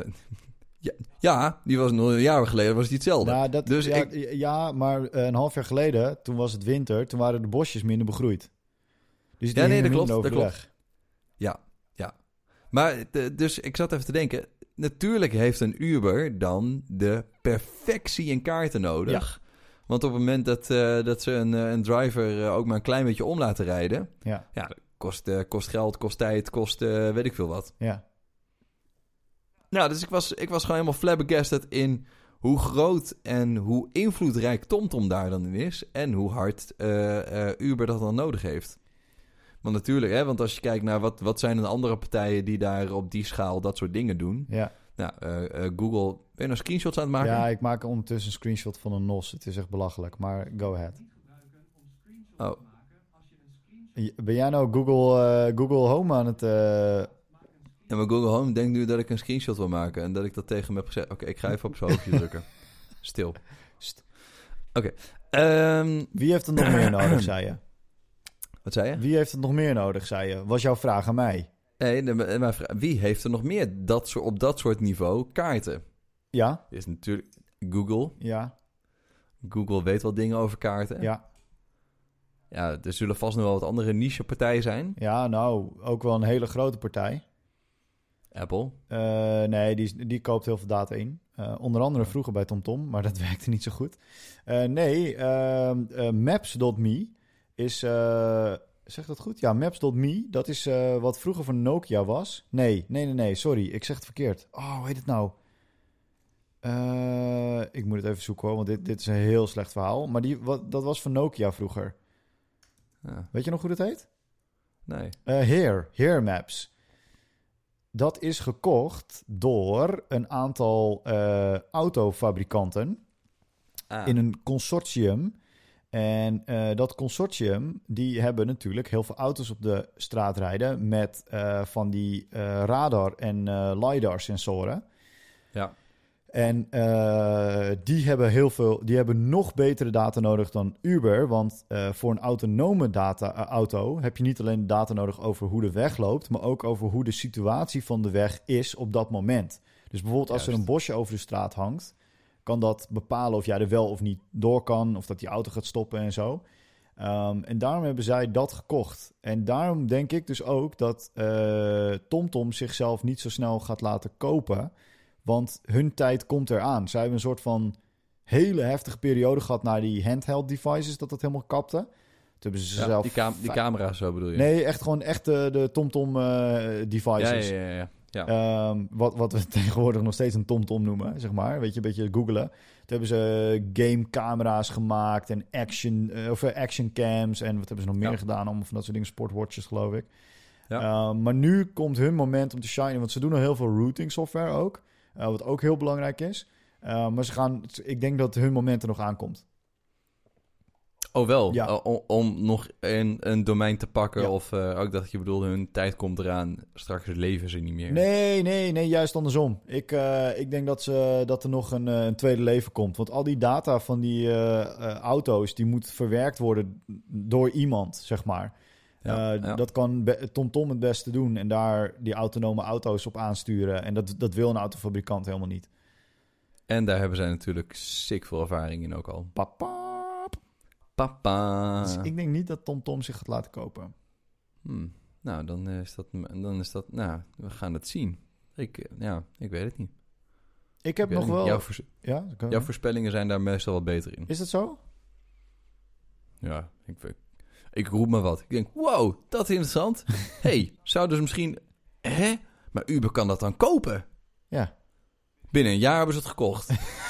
Ja, die was nog een jaar geleden, was die hetzelfde. Nou, maar een half jaar geleden, toen was het winter, toen waren de bosjes minder begroeid. Dus dat klopt. Ja. Maar dus ik zat even te denken, natuurlijk heeft een Uber dan de perfectie in kaarten nodig. Ja. Want op het moment dat ze een driver ook maar een klein beetje om laten rijden, kost geld, kost tijd, kost weet ik veel wat. Ja. Nou, dus ik was gewoon helemaal flabbergasted in hoe groot en hoe invloedrijk TomTom daar dan in is. En hoe hard Uber dat dan nodig heeft. Want natuurlijk, hè, want als je kijkt naar wat zijn de andere partijen die daar op die schaal dat soort dingen doen. Ja. Nou, Google, ben je nou screenshots aan het maken? Ja, ik maak ondertussen een screenshot van een NOS. Het is echt belachelijk, maar go ahead. Oh. Ben jij nou Google Home aan het... Ja, maar Google Home denkt nu dat ik een screenshot wil maken en dat ik dat tegen hem heb gezegd. Oké, ik ga even op zijn hoofdje drukken. Stil. Oké. Wie heeft het nog meer nodig, zei je? Wat zei je? Wie heeft het nog meer nodig, zei je? Was jouw vraag aan mij? Nee, mijn vraag, wie heeft er nog meer op dat soort niveau kaarten? Ja. Is natuurlijk Google. Ja. Google weet wel dingen over kaarten. Ja. Ja, er zullen vast nog wel wat andere niche-partijen zijn. Ja, nou, ook wel een hele grote partij. Apple? Nee, die koopt heel veel data in. Onder andere vroeger bij TomTom, maar dat werkte niet zo goed. Maps.me is... zeg dat goed? Ja, Maps.me, dat is wat vroeger voor Nokia was. Nee, sorry, ik zeg het verkeerd. Oh, hoe heet het nou? Ik moet het even zoeken hoor, want dit is een heel slecht verhaal. Maar dat was van Nokia vroeger. Ja. Weet je nog hoe dat heet? Nee. Here Maps. Dat is gekocht door een aantal autofabrikanten in een consortium. En dat consortium, die hebben natuurlijk heel veel auto's op de straat rijden met van die radar- en LiDAR-sensoren. Ja. En die hebben nog betere data nodig dan Uber. Want voor een autonome auto heb je niet alleen data nodig over hoe de weg loopt, maar ook over hoe de situatie van de weg is op dat moment. Dus bijvoorbeeld als er een bosje over de straat hangt, kan dat bepalen of jij er wel of niet door kan, of dat die auto gaat stoppen en zo. En daarom hebben zij dat gekocht. En daarom denk ik dus ook dat TomTom zichzelf niet zo snel gaat laten kopen. Want hun tijd komt eraan. Zij hebben een soort van hele heftige periode gehad naar die handheld devices, dat helemaal kapte. Toen hebben ze zelf... Die camera's zo bedoel je? Nee, echt gewoon de TomTom devices. Ja. Wat we tegenwoordig nog steeds een TomTom noemen, zeg maar. Weet je, een beetje googlen. Toen hebben ze gamecamera's gemaakt en action cams. En wat hebben ze nog meer gedaan? Allemaal van dat soort dingen, sportwatches geloof ik. Ja. Maar nu komt hun moment om te shinen, want ze doen nog heel veel routing software ook. Wat ook heel belangrijk is. Maar ik denk dat hun moment er nog aankomt. Oh wel? Ja. Om nog een domein te pakken? Ja. Of ook dat je bedoelde, hun tijd komt eraan. Straks leven ze niet meer. Nee, juist andersom. Ik denk dat er nog een tweede leven komt. Want al die data van die auto's, die moet verwerkt worden door iemand, zeg maar. Dat kan TomTom het beste doen en daar die autonome auto's op aansturen. En dat wil een autofabrikant helemaal niet. En daar hebben zij natuurlijk sick veel ervaring in ook al. Papa. Dus ik denk niet dat TomTom zich gaat laten kopen. Nou, dan is dat... Nou, we gaan het zien. Ik weet het niet. Ik heb nog wel... Jouw voorspellingen zijn daar meestal wat beter in. Is dat zo? Ja, ik roep maar wat. Ik denk, wow, dat is interessant. Zouden ze misschien... Maar Uber kan dat dan kopen? Ja. Binnen een jaar hebben ze het gekocht.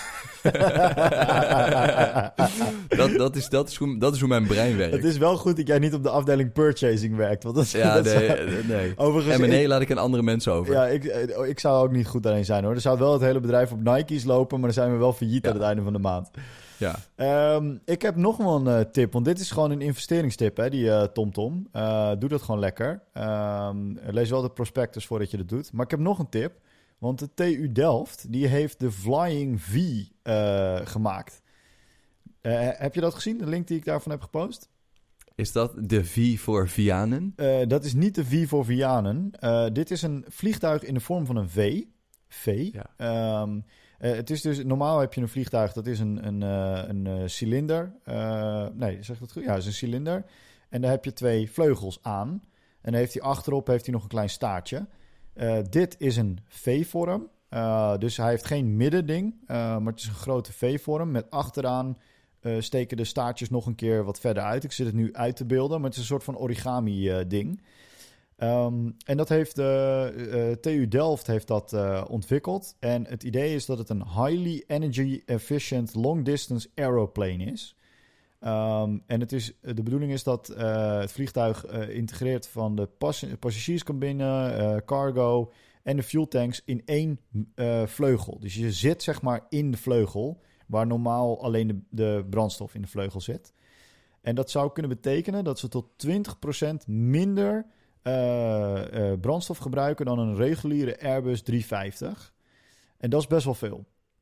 Dat is hoe mijn brein werkt. Het is wel goed dat jij niet op de afdeling purchasing werkt. Want dat, Ja, dat nee. Overigens, M&A laat ik aan andere mensen over. Ja, ik zou ook niet goed daarin zijn hoor. Er zou wel het hele bedrijf op Nike's lopen, maar dan zijn we wel failliet aan het einde van de maand. Ja. Ik heb nog wel een tip, want dit is gewoon een investeringstip, hè, die TomTom. Doe dat gewoon lekker. Lees wel de prospectus voordat je dat doet. Maar ik heb nog een tip, want de TU Delft die heeft de Flying V gemaakt. Heb je dat gezien, de link die ik daarvan heb gepost? Is dat de V voor Vianen? Dat is niet de V voor Vianen. Dit is een vliegtuig in de vorm van een V. Ja. Het is dus, normaal heb je een vliegtuig, dat is een cilinder. Nee, zeg ik dat goed? Ja, het is een cilinder. En daar heb je 2 vleugels aan. En dan heeft hij achterop nog een klein staartje. Dit is een V-vorm. Dus hij heeft geen middending, maar het is een grote V-vorm. Met achteraan steken de staartjes nog een keer wat verder uit. Ik zit het nu uit te beelden, maar het is een soort van origami-ding. En dat heeft TU Delft heeft dat ontwikkeld. En het idee is dat het een highly energy efficient long distance aeroplane is. En de bedoeling is dat het vliegtuig integreert van de passagierscabine, cargo en de fuel tanks in 1 vleugel. Dus je zit zeg maar in de vleugel, waar normaal alleen de brandstof in de vleugel zit. En dat zou kunnen betekenen dat ze tot 20% minder brandstof gebruiken dan een reguliere Airbus 350. En dat is best wel veel.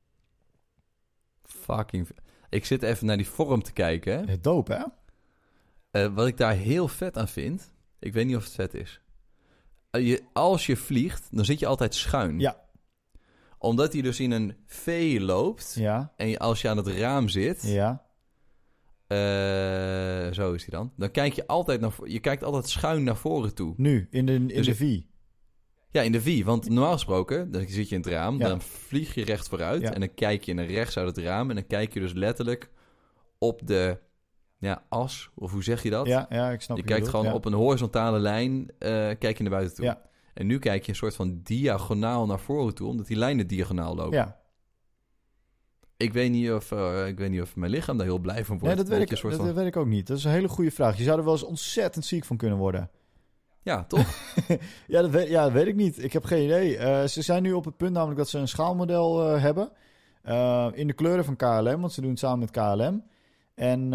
Fucking. Ik zit even naar die vorm te kijken. Hè? Dope, hè? Wat ik daar heel vet aan vind, ik weet niet of het vet is. Als je vliegt, dan zit je altijd schuin. Ja. Omdat hij dus in een V loopt. Ja. En als je aan het raam zit. Ja. Zo is hij dan. Dan kijk je altijd je kijkt altijd schuin naar voren toe. Nu, in de V. Ja, in de V. Want normaal gesproken, dan zit je in het raam, Ja. dan vlieg je recht vooruit. Ja. En dan kijk je naar rechts uit het raam. En dan kijk je dus letterlijk op de as. Of hoe zeg je dat? Ja, ik snap Je wat kijkt bedoelt, gewoon ja. op een horizontale lijn, kijk je naar buiten toe. Ja. En nu kijk je een soort van diagonaal naar voren toe, omdat die lijnen diagonaal lopen. Ja. Ik weet niet of mijn lichaam daar heel blij van wordt. Nee, dat weet ik ook niet. Dat is een hele goede vraag. Je zou er wel eens ontzettend ziek van kunnen worden. Ja, toch? Dat weet ik niet. Ik heb geen idee. Ze zijn nu op het punt namelijk dat ze een schaalmodel hebben. In de kleuren van KLM, want ze doen het samen met KLM. En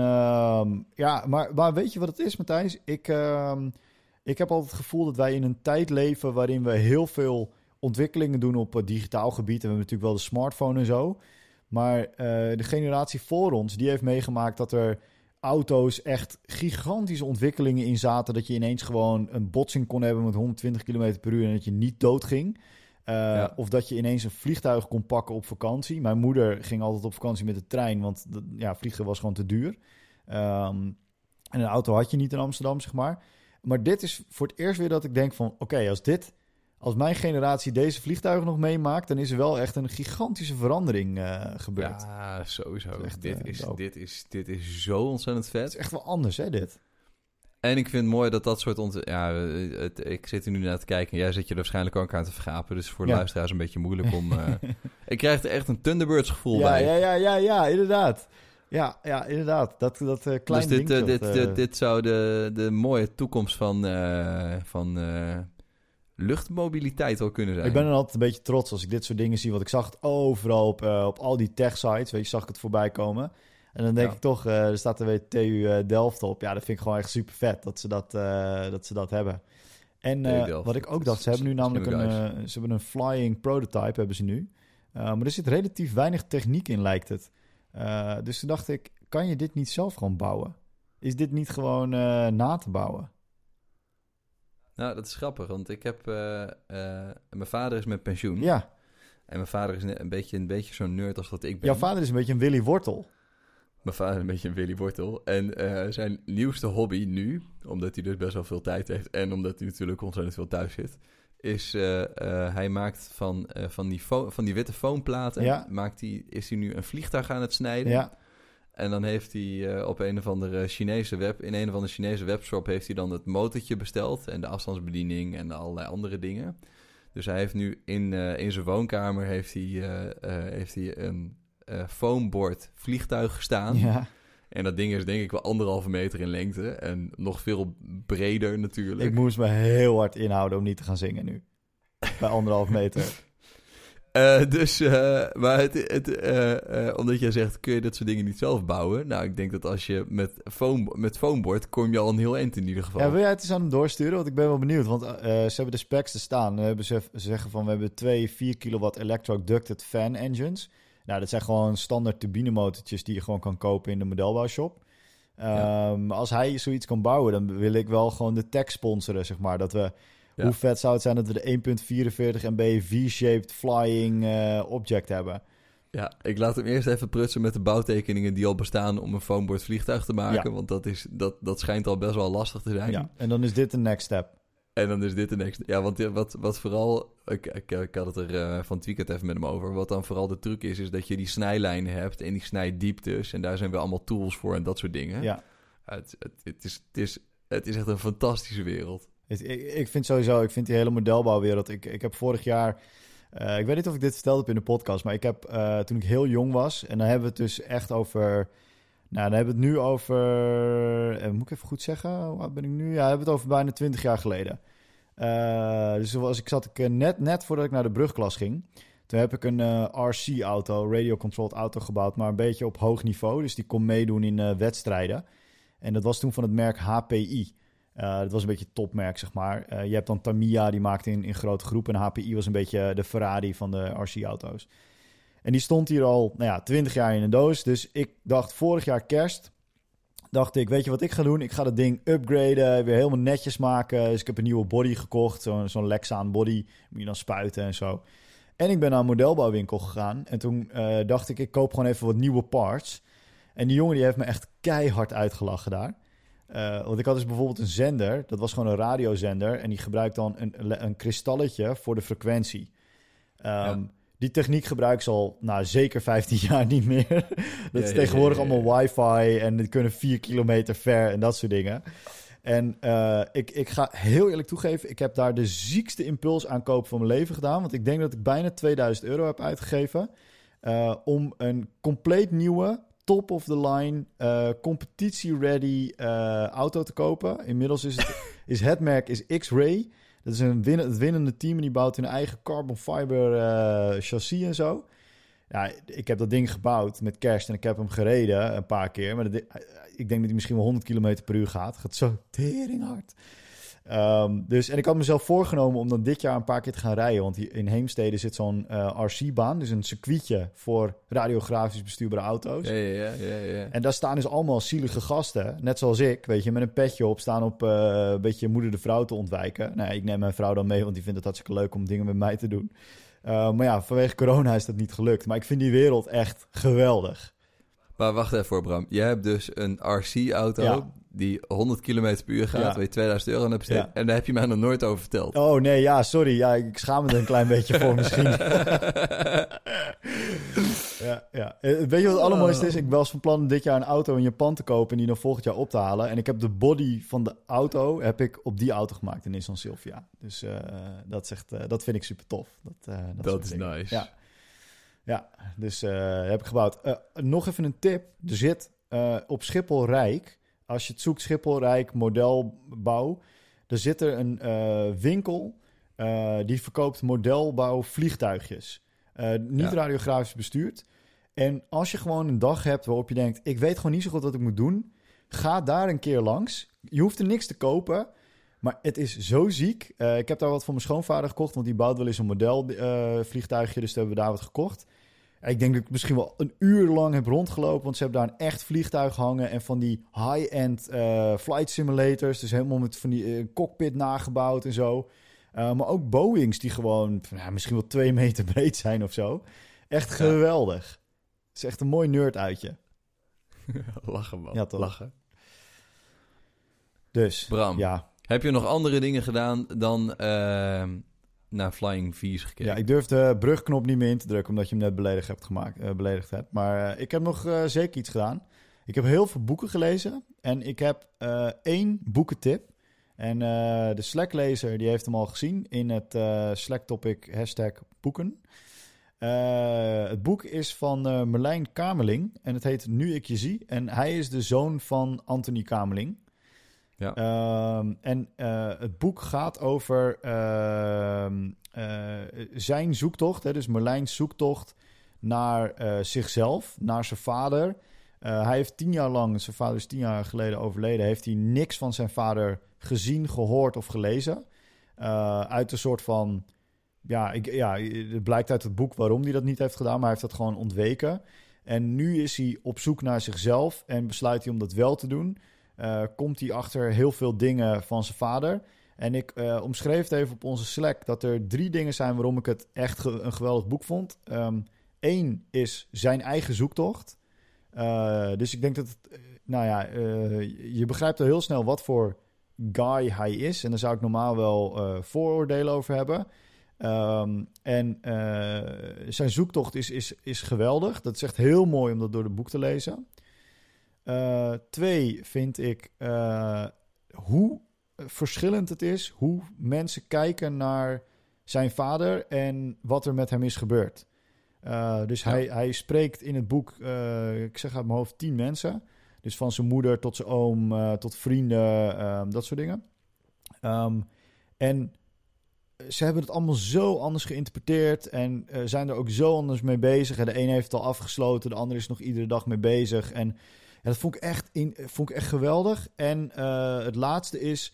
maar weet je wat het is, Matthijs? Ik heb altijd het gevoel dat wij in een tijd leven waarin we heel veel ontwikkelingen doen op digitaal gebied. En we hebben natuurlijk wel de smartphone en zo. Maar de generatie voor ons, die heeft meegemaakt dat er auto's echt gigantische ontwikkelingen in zaten. Dat je ineens gewoon een botsing kon hebben met 120 km per uur en dat je niet doodging. Of dat je ineens een vliegtuig kon pakken op vakantie. Mijn moeder ging altijd op vakantie met de trein, want vliegen was gewoon te duur. En een auto had je niet in Amsterdam, zeg maar. Maar dit is voor het eerst weer dat ik denk van, oké, als mijn generatie deze vliegtuigen nog meemaakt, dan is er wel echt een gigantische verandering gebeurd. Ja, sowieso. Echt, Dit is zo ontzettend vet. Het is echt wel anders, hè, dit? En ik vind het mooi dat soort... ik zit er nu naar te kijken en jij zit je er waarschijnlijk ook aan te vergapen. Dus voor de luisteraars een beetje moeilijk om... ik krijg er echt een Thunderbirds gevoel bij. Ja, inderdaad. Ja, inderdaad. Dat klein dus ding. Dit zou de mooie toekomst van luchtmobiliteit wel kunnen zijn. Ik ben er altijd een beetje trots als ik dit soort dingen zie. Want ik zag het overal op al die tech-sites. Weet je, zag ik het voorbij komen. En dan denk ik toch, er staat er weer TU Delft op. Ja, dat vind ik gewoon echt super vet dat ze dat hebben. En wat ik ook dacht, ze hebben nu namelijk ze hebben een flying prototype, hebben ze nu. Maar er zit relatief weinig techniek in, lijkt het. Dus toen dacht ik, kan je dit niet zelf gewoon bouwen? Is dit niet gewoon na te bouwen? Nou, dat is grappig, want ik heb... mijn vader is met pensioen. Ja. En mijn vader is een beetje zo'n nerd als dat ik ben. Jouw vader is een beetje een Willy Wortel. Mijn vader is een beetje een Willy Wortel. En zijn nieuwste hobby nu, omdat hij dus best wel veel tijd heeft... en omdat hij natuurlijk ontzettend veel thuis zit... is hij maakt van die witte foamplaten... is hij nu een vliegtuig aan het snijden. Ja. En dan heeft hij op een of andere Chinese webshop... heeft hij dan het motortje besteld... en de afstandsbediening en allerlei andere dingen. Dus hij heeft nu in zijn woonkamer... heeft hij een foamboard vliegtuig gestaan. Ja. En dat ding is denk ik wel 1,5 meter in lengte. En nog veel breder natuurlijk. Ik moest me heel hard inhouden om niet te gaan zingen nu. Bij 1,5 meter. Maar omdat jij zegt, kun je dat soort dingen niet zelf bouwen? Nou, ik denk dat als je met foamboard kom je al een heel eind in ieder geval. Ja, wil jij het eens aan hem doorsturen? Want ik ben wel benieuwd. Want ze hebben de specs te staan. Ze zeggen van, we hebben 2 4 kilowatt electro ducted fan engines. Nou, dat zijn gewoon standaard turbinemotortjes die je gewoon kan kopen in de modelbouwshop. Maar als hij zoiets kan bouwen, dan wil ik wel gewoon de tech sponsoren, zeg maar. Dat we... Ja. Hoe vet zou het zijn dat we de 1.44 MB V-shaped flying object hebben? Ja, ik laat hem eerst even prutsen met de bouwtekeningen die al bestaan om een foamboard vliegtuig te maken. Ja. Want dat schijnt al best wel lastig te zijn. Ja, en dan is dit de next step. Ja, want wat vooral... Ik had het er van het weekend even met hem over. Wat dan vooral de truc is dat je die snijlijnen hebt en die snijdieptes. En daar zijn weer allemaal tools voor en dat soort dingen. Ja. Het is echt een fantastische wereld. Ik vind die hele modelbouwwereld... Ik heb vorig jaar... ik weet niet of ik dit verteld heb in de podcast... maar ik heb toen ik heel jong was... en dan hebben we het dus echt over... Nou, dan hebben we het nu over... moet ik even goed zeggen? Hoe oud ben ik nu? Ja, we hebben het over bijna 20 jaar geleden. Dus zat ik net voordat ik naar de brugklas ging... Toen heb ik een RC-auto, radio-controlled auto gebouwd... maar een beetje op hoog niveau. Dus die kon meedoen in wedstrijden. En dat was toen van het merk HPI... dat was een beetje het topmerk, zeg maar. Je hebt dan Tamiya, die maakte in grote groepen. En HPI was een beetje de Ferrari van de RC-auto's. En die stond hier al 20 jaar in een doos. Dus ik dacht vorig jaar kerst... dacht ik, weet je wat ik ga doen? Ik ga dat ding upgraden, weer helemaal netjes maken. Dus ik heb een nieuwe body gekocht. Zo'n Lexan body. Moet je dan spuiten en zo. En ik ben naar een modelbouwwinkel gegaan. En toen dacht ik koop gewoon even wat nieuwe parts. En die jongen die heeft me echt keihard uitgelachen daar. Want ik had dus bijvoorbeeld een zender. Dat was gewoon een radiozender. En die gebruikt dan een kristalletje voor de frequentie. Die techniek gebruiken ze al zeker 15 jaar niet meer. Dat is tegenwoordig allemaal wifi. En die kunnen 4 kilometer ver en dat soort dingen. En ik ga heel eerlijk toegeven... ik heb daar de ziekste impulsaankoop van mijn leven gedaan. Want ik denk dat ik bijna €2000 heb uitgegeven... om een compleet nieuwe... top-of-the-line, competitie-ready auto te kopen. Inmiddels is het merk X-Ray. Dat is het winnende team en die bouwt hun eigen carbon fiber chassis en zo. Ja, ik heb dat ding gebouwd met kerst en ik heb hem gereden een paar keer. Maar ik denk dat hij misschien wel 100 km per uur gaat. Het gaat zo tering hard. En ik had mezelf voorgenomen om dan dit jaar een paar keer te gaan rijden. Want hier in Heemstede zit zo'n RC-baan. Dus een circuitje voor radiografisch bestuurbare auto's. Ja. En daar staan dus allemaal zielige gasten. Net zoals ik, weet je, met een petje op. Staan op een beetje moeder de vrouw te ontwijken. Nou, ik neem mijn vrouw dan mee, want die vindt het hartstikke leuk om dingen met mij te doen. Maar ja, vanwege corona is dat niet gelukt. Maar ik vind die wereld echt geweldig. Maar wacht even voor, Bram. Jij hebt dus een RC-auto die 100 km per uur gaat, waar je €2000 aan hebt besteed. Ja. En daar heb je mij nog nooit over verteld. Oh nee, ja, sorry. Ja, ik schaam me er een klein beetje voor misschien. Ja. Weet je wat het allermooiste is? Ik was van plan dit jaar een auto in Japan te kopen en die dan volgend jaar op te halen. En ik heb de body van de auto heb ik op die auto gemaakt, in Nissan Silvia. Dus dat vind ik super tof. Dat is nice. Ja, dus heb ik gebouwd. Nog even een tip. Er zit op Schiphol Rijk, als je het zoekt Schiphol Rijk modelbouw, er zit er een winkel die verkoopt modelbouw vliegtuigjes. Niet radiografisch bestuurd. En als je gewoon een dag hebt waarop je denkt, ik weet gewoon niet zo goed wat ik moet doen, ga daar een keer langs. Je hoeft er niks te kopen, maar het is zo ziek. Ik heb daar wat voor mijn schoonvader gekocht, want die bouwt wel eens een modelvliegtuigje, dus toen hebben we daar wat gekocht. Ik denk dat ik misschien wel een uur lang heb rondgelopen, want ze hebben daar een echt vliegtuig hangen en van die high-end flight simulators, dus helemaal met van die cockpit nagebouwd en zo. Maar ook Boeings die gewoon misschien wel 2 meter breed zijn of zo. Echt geweldig. Het is echt een mooi nerd-uitje. Lachen, man. Ja, toch? Lachen. Dus, Bram, heb je nog andere dingen gedaan dan naar Flying V's gekeken? Ja, ik durf de brugknop niet meer in te drukken, omdat je hem net beledigd hebt. Maar ik heb nog zeker iets gedaan. Ik heb heel veel boeken gelezen. En ik heb 1 boekentip. En de Slack-lezer die heeft hem al gezien in het Slack-topic #boeken. Het boek is van Merlijn Kamerling en het heet Nu ik je zie. En hij is de zoon van Anthony Kamerling. Ja. Het boek gaat over zijn zoektocht, hè, dus Merlijns zoektocht naar zichzelf, naar zijn vader. Hij heeft 10 jaar lang, zijn vader is 10 jaar geleden overleden, heeft hij niks van zijn vader gezien, gehoord of gelezen. Uit een soort van, het blijkt uit het boek waarom hij dat niet heeft gedaan, maar hij heeft dat gewoon ontweken. En nu is hij op zoek naar zichzelf en besluit hij om dat wel te doen. Komt hij achter heel veel dingen van zijn vader. En ik omschreef het even op onze Slack dat er 3 dingen zijn waarom ik het echt een geweldig boek vond. 1 is zijn eigen zoektocht. Dus ik denk dat je begrijpt al heel snel wat voor guy hij is. En daar zou ik normaal wel vooroordelen over hebben. Zijn zoektocht is geweldig. Dat is echt heel mooi om dat door het boek te lezen. 2 vind ik hoe verschillend het is, hoe mensen kijken naar zijn vader en wat er met hem is gebeurd. Hij spreekt in het boek, ik zeg uit mijn hoofd, 10 mensen. Dus van zijn moeder tot zijn oom, tot vrienden, dat soort dingen. En ze hebben het allemaal zo anders geïnterpreteerd en zijn er ook zo anders mee bezig. En de een heeft het al afgesloten, de ander is nog iedere dag mee bezig. En dat vond ik echt geweldig. En het laatste is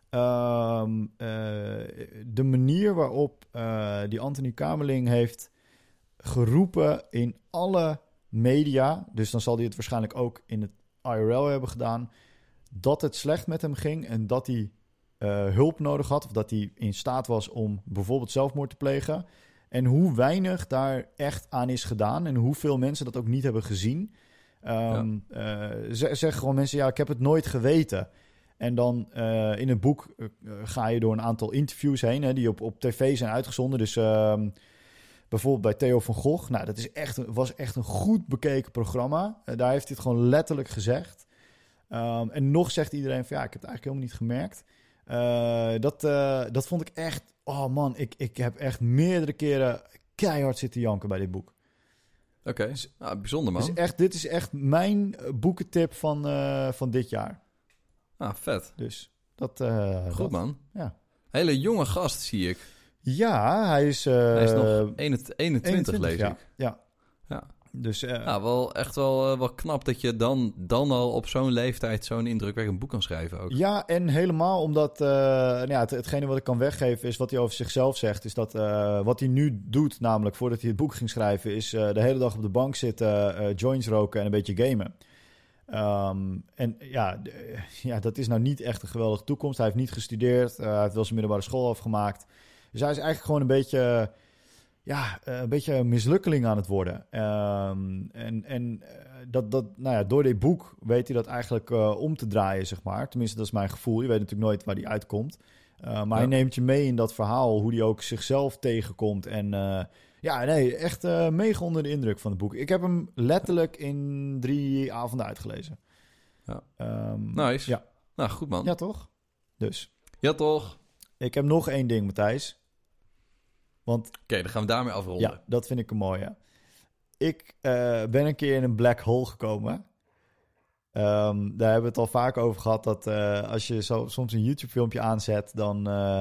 de manier waarop die Anthony Kamerling heeft geroepen in alle media. Dus dan zal hij het waarschijnlijk ook in het IRL hebben gedaan. Dat het slecht met hem ging en dat hij hulp nodig had. Of dat hij in staat was om bijvoorbeeld zelfmoord te plegen. En hoe weinig daar echt aan is gedaan. En hoeveel mensen dat ook niet hebben gezien. Zeggen gewoon mensen, ik heb het nooit geweten. En dan in het boek ga je door een aantal interviews heen, hè, die op tv zijn uitgezonden. Dus bijvoorbeeld bij Theo van Gogh. Nou, dat was echt een goed bekeken programma. Daar heeft hij het gewoon letterlijk gezegd. En nog zegt iedereen van, ik heb het eigenlijk helemaal niet gemerkt. Dat vond ik echt, oh man, ik heb echt meerdere keren keihard zitten janken bij dit boek. Oké, bijzonder man. Dit is echt mijn boekentip van dit jaar. Vet. Dus dat... Goed man. Ja. Hele jonge gast zie ik. Ja, hij is nog 21 lees ik. Ja. Dus, wel echt wel knap dat je dan al op zo'n leeftijd zo'n indrukwekkend boek kan schrijven ook. Ja, en helemaal omdat hetgene wat ik kan weggeven is wat hij over zichzelf zegt. Is dat wat hij nu doet, namelijk voordat hij het boek ging schrijven, is de hele dag op de bank zitten, joints roken en een beetje gamen. Dat is nou niet echt een geweldige toekomst. Hij heeft niet gestudeerd, hij heeft wel zijn middelbare school afgemaakt. Dus hij is eigenlijk gewoon een beetje een mislukkeling aan het worden. Door dit boek weet hij dat eigenlijk om te draaien, zeg maar. Tenminste, dat is mijn gevoel. Je weet natuurlijk nooit waar hij uitkomt. Maar hij neemt je mee in dat verhaal, hoe hij ook zichzelf tegenkomt. En echt mega onder de indruk van het boek. Ik heb hem letterlijk in 3 avonden uitgelezen. Ja. Nice. Ja. Nou, goed man. Ja, toch? Dus. Ja, toch? Ik heb nog 1 ding, Matthijs. Oké, dan gaan we daarmee afronden. Ja, dat vind ik een mooie. Ik ben een keer in een black hole gekomen. Daar hebben we het al vaak over gehad. Dat als je soms een YouTube-filmpje aanzet, dan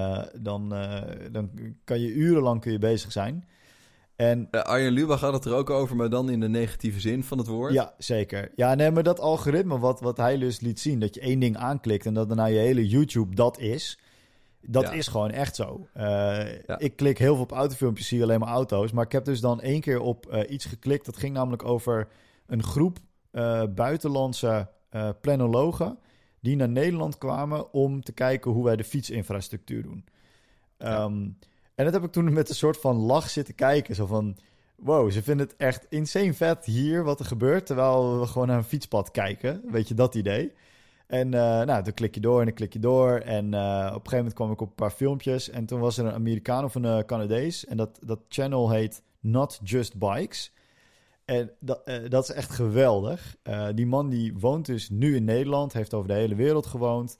kan je urenlang bezig zijn. En Arjen Lubach had het er ook over, maar dan in de negatieve zin van het woord. Ja, zeker. Ja, nee, maar dat algoritme wat hij dus liet zien, dat je 1 ding aanklikt en dat daarna je hele YouTube dat is. Dat is gewoon echt zo. Ik klik heel veel op autofilmpjes, zie alleen maar auto's. Maar ik heb dus dan 1 keer op iets geklikt. Dat ging namelijk over een groep buitenlandse planologen die naar Nederland kwamen om te kijken hoe wij de fietsinfrastructuur doen. En dat heb ik toen met een soort van lach zitten kijken. Zo van, wow, ze vinden het echt insane vet hier wat er gebeurt, terwijl we gewoon naar een fietspad kijken. Weet je, dat idee. En dan klik je door en dan klik je door. En op een gegeven moment kwam ik op een paar filmpjes. En toen was er een Amerikaan of een Canadees. En dat channel heet Not Just Bikes. En dat is echt geweldig. Die man die woont dus nu in Nederland. Heeft over de hele wereld gewoond.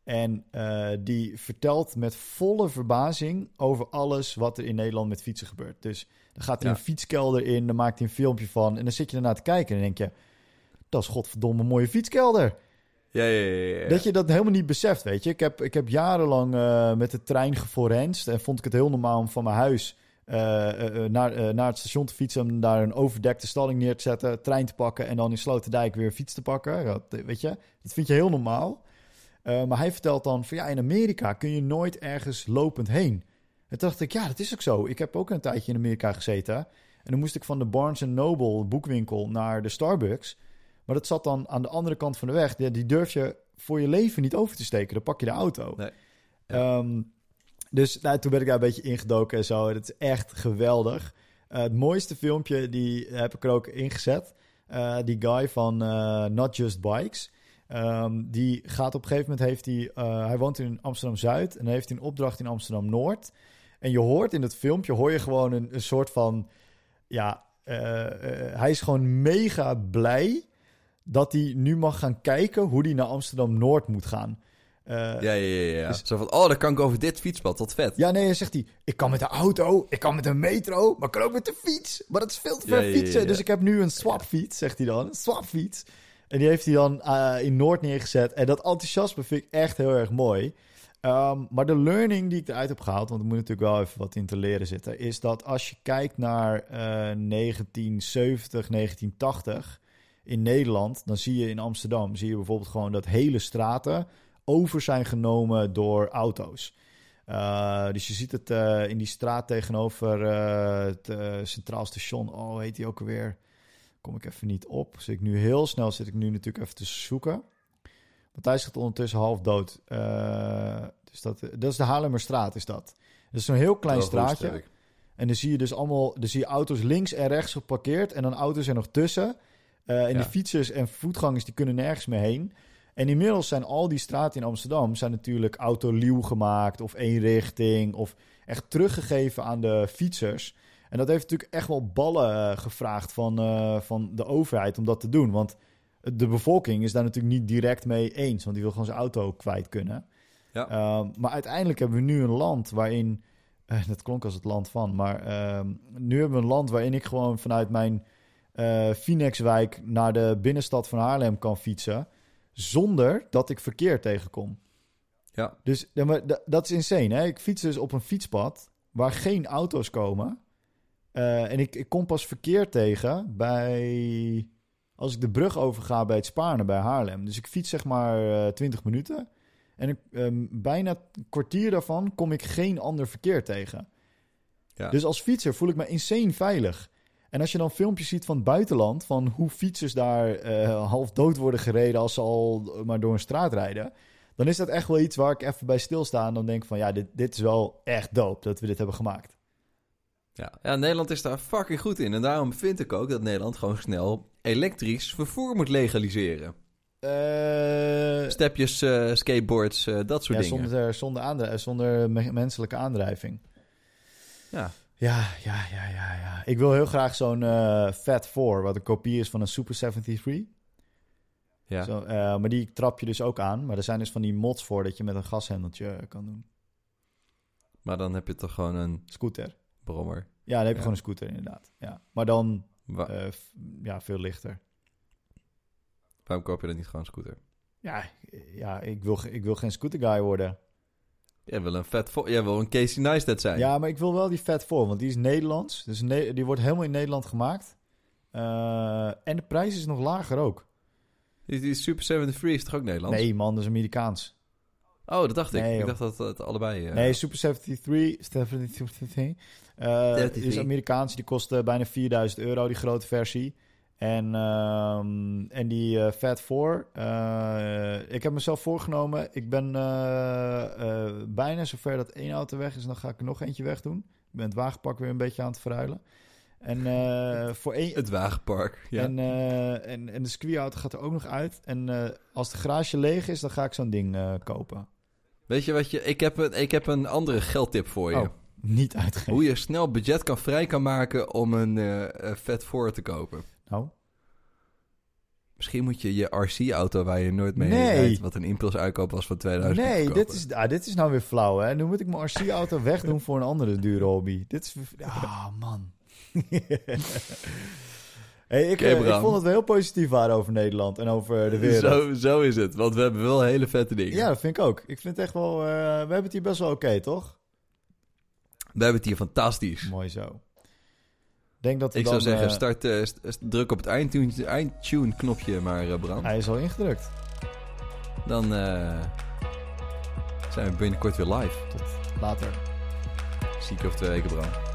En die vertelt met volle verbazing over alles wat er in Nederland met fietsen gebeurt. Dus dan gaat hij een fietskelder in, dan maakt hij een filmpje van... en dan zit je ernaar te kijken en dan denk je... dat is godverdomme een mooie fietskelder. Ja. Dat je dat helemaal niet beseft, weet je. Ik heb jarenlang met de trein geforenst... en vond ik het heel normaal om van mijn huis naar het station te fietsen... om daar een overdekte stalling neer te zetten... trein te pakken en dan in Sloterdijk weer een fiets te pakken. Weet je, dat vind je heel normaal... maar hij vertelt dan van in Amerika kun je nooit ergens lopend heen. En toen dacht ik, dat is ook zo. Ik heb ook een tijdje in Amerika gezeten. En dan moest ik van de Barnes Noble boekwinkel naar de Starbucks. Maar dat zat dan aan de andere kant van de weg. Die durf je voor je leven niet over te steken. Dan pak je de auto. Nee. Ja. Dus toen ben ik daar een beetje ingedoken en zo. Dat is echt geweldig. Het mooiste filmpje, die heb ik er ook ingezet. Die guy van Not Just Bikes... die gaat op een gegeven moment, hij woont in Amsterdam-Zuid... en dan heeft hij een opdracht in Amsterdam-Noord. En je hoort in het filmpje, hoor je gewoon een soort van... hij is gewoon mega blij dat hij nu mag gaan kijken... hoe hij naar Amsterdam-Noord moet gaan. Ja. Dus, zo van, dan kan ik over dit fietspad, wat vet. Ja, nee, dan zegt hij... ik kan met de auto, ik kan met een metro... maar ik kan ook met de fiets. Maar dat is veel te ver fietsen. Ja. Dus ik heb nu een swapfiets, zegt hij dan. Een swapfiets. En die heeft hij dan in Noord neergezet. En dat enthousiasme vind ik echt heel erg mooi. Maar de learning die ik eruit heb gehaald... want er moet natuurlijk wel even wat in te leren zitten... is dat als je kijkt naar 1970, 1980 in Nederland... dan zie je in Amsterdam bijvoorbeeld gewoon dat hele straten... over zijn genomen door auto's. Dus je ziet het in die straat tegenover het Centraal Station... hoe heet die ook alweer... kom ik even niet op. Zit ik nu natuurlijk even te zoeken. Matthijs gaat ondertussen half dood. Dus dat is de Haarlemmerstraat, is dat. Dat is zo'n heel klein straatje. En dan zie je dus auto's links en rechts geparkeerd... en dan auto's er nog tussen. En die fietsers en voetgangers die kunnen nergens meer heen. En inmiddels zijn al die straten in Amsterdam... zijn natuurlijk autoluw gemaakt of eenrichting... of echt teruggegeven aan de fietsers... En dat heeft natuurlijk echt wel ballen gevraagd van de overheid om dat te doen. Want de bevolking is daar natuurlijk niet direct mee eens. Want die wil gewoon zijn auto kwijt kunnen. Ja. Maar uiteindelijk hebben we nu een land waarin... dat klonk als het land van. Maar nu hebben we een land waarin ik gewoon vanuit mijn Phoenixwijk... naar de binnenstad van Haarlem kan fietsen... zonder dat ik verkeer tegenkom. Ja. Dus dat is insane. Hè? Ik fiets dus op een fietspad waar geen auto's komen... en ik kom pas verkeer tegen als ik de brug overga bij het Spaarne bij Haarlem. Dus ik fiets zeg maar 20 minuten. En bijna een kwartier daarvan kom ik geen ander verkeer tegen. Ja. Dus als fietser voel ik me insane veilig. En als je dan filmpjes ziet van het buitenland... van hoe fietsers daar half dood worden gereden... als ze al maar door een straat rijden... dan is dat echt wel iets waar ik even bij stilsta... en dan denk ik van dit is wel echt dope dat we dit hebben gemaakt. Ja, Nederland is daar fucking goed in. En daarom vind ik ook dat Nederland gewoon snel elektrisch vervoer moet legaliseren. Stepjes, skateboards, dat soort dingen. Zonder menselijke aandrijving. Ja. Ja. Ik wil heel graag zo'n Fat 4, wat een kopie is van een Super 73. Ja. Maar die trap je dus ook aan. Maar er zijn dus van die mods voor dat je met een gashendeltje kan doen. Maar dan heb je toch gewoon een... scooter. Brommer. Ja, dan heb je gewoon een scooter inderdaad. Ja. Maar dan veel lichter. Waarom koop je dan niet gewoon een scooter? Ja, ik wil geen scooter guy worden. Jij wil een Casey Neistat zijn. Ja, maar ik wil wel die Fat 4, want die is Nederlands. Dus die wordt helemaal in Nederland gemaakt. En de prijs is nog lager ook. Die Super 73 is toch ook Nederlands? Nee man, dat is Amerikaans. Oh, dat dacht ik. Nee, ik dacht dat het allebei... Nee, Super 73 is Amerikaans. Die kost bijna €4.000, die grote versie. En die Fat 4... ik heb mezelf voorgenomen... Ik ben bijna zover dat 1 auto weg is... en dan ga ik er nog eentje weg doen. Ik ben het wagenpark weer een beetje aan het verruilen. Het wagenpark, ja. En de squeauto gaat er ook nog uit. En als de garage leeg is... dan ga ik zo'n ding kopen. Weet je wat ik heb een andere geldtip voor je. Oh, niet uitgeven. Hoe je snel budget vrij kan maken om een Fat 4 te kopen. Nou? Misschien moet je je RC-auto waar je nooit mee rijdt, wat een impulsuitkoop was van 2000. Nee, dit is nou weer flauw, hè? Nu moet ik mijn RC-auto wegdoen voor een andere dure hobby. Dit is... man. Hey, ik vond het wel heel positief waren over Nederland en over de wereld. Zo is het, want we hebben wel hele vette dingen. Ja, dat vind ik ook. Ik vind het echt wel... we hebben het hier best wel oké, toch? We hebben het hier fantastisch. Mooi zo. Denk dat ik zou zeggen, druk op het eindtune-knopje maar, Bram. Hij is al ingedrukt. Dan zijn we binnenkort weer live. Tot later. Zie ik over 2 weken, Bram.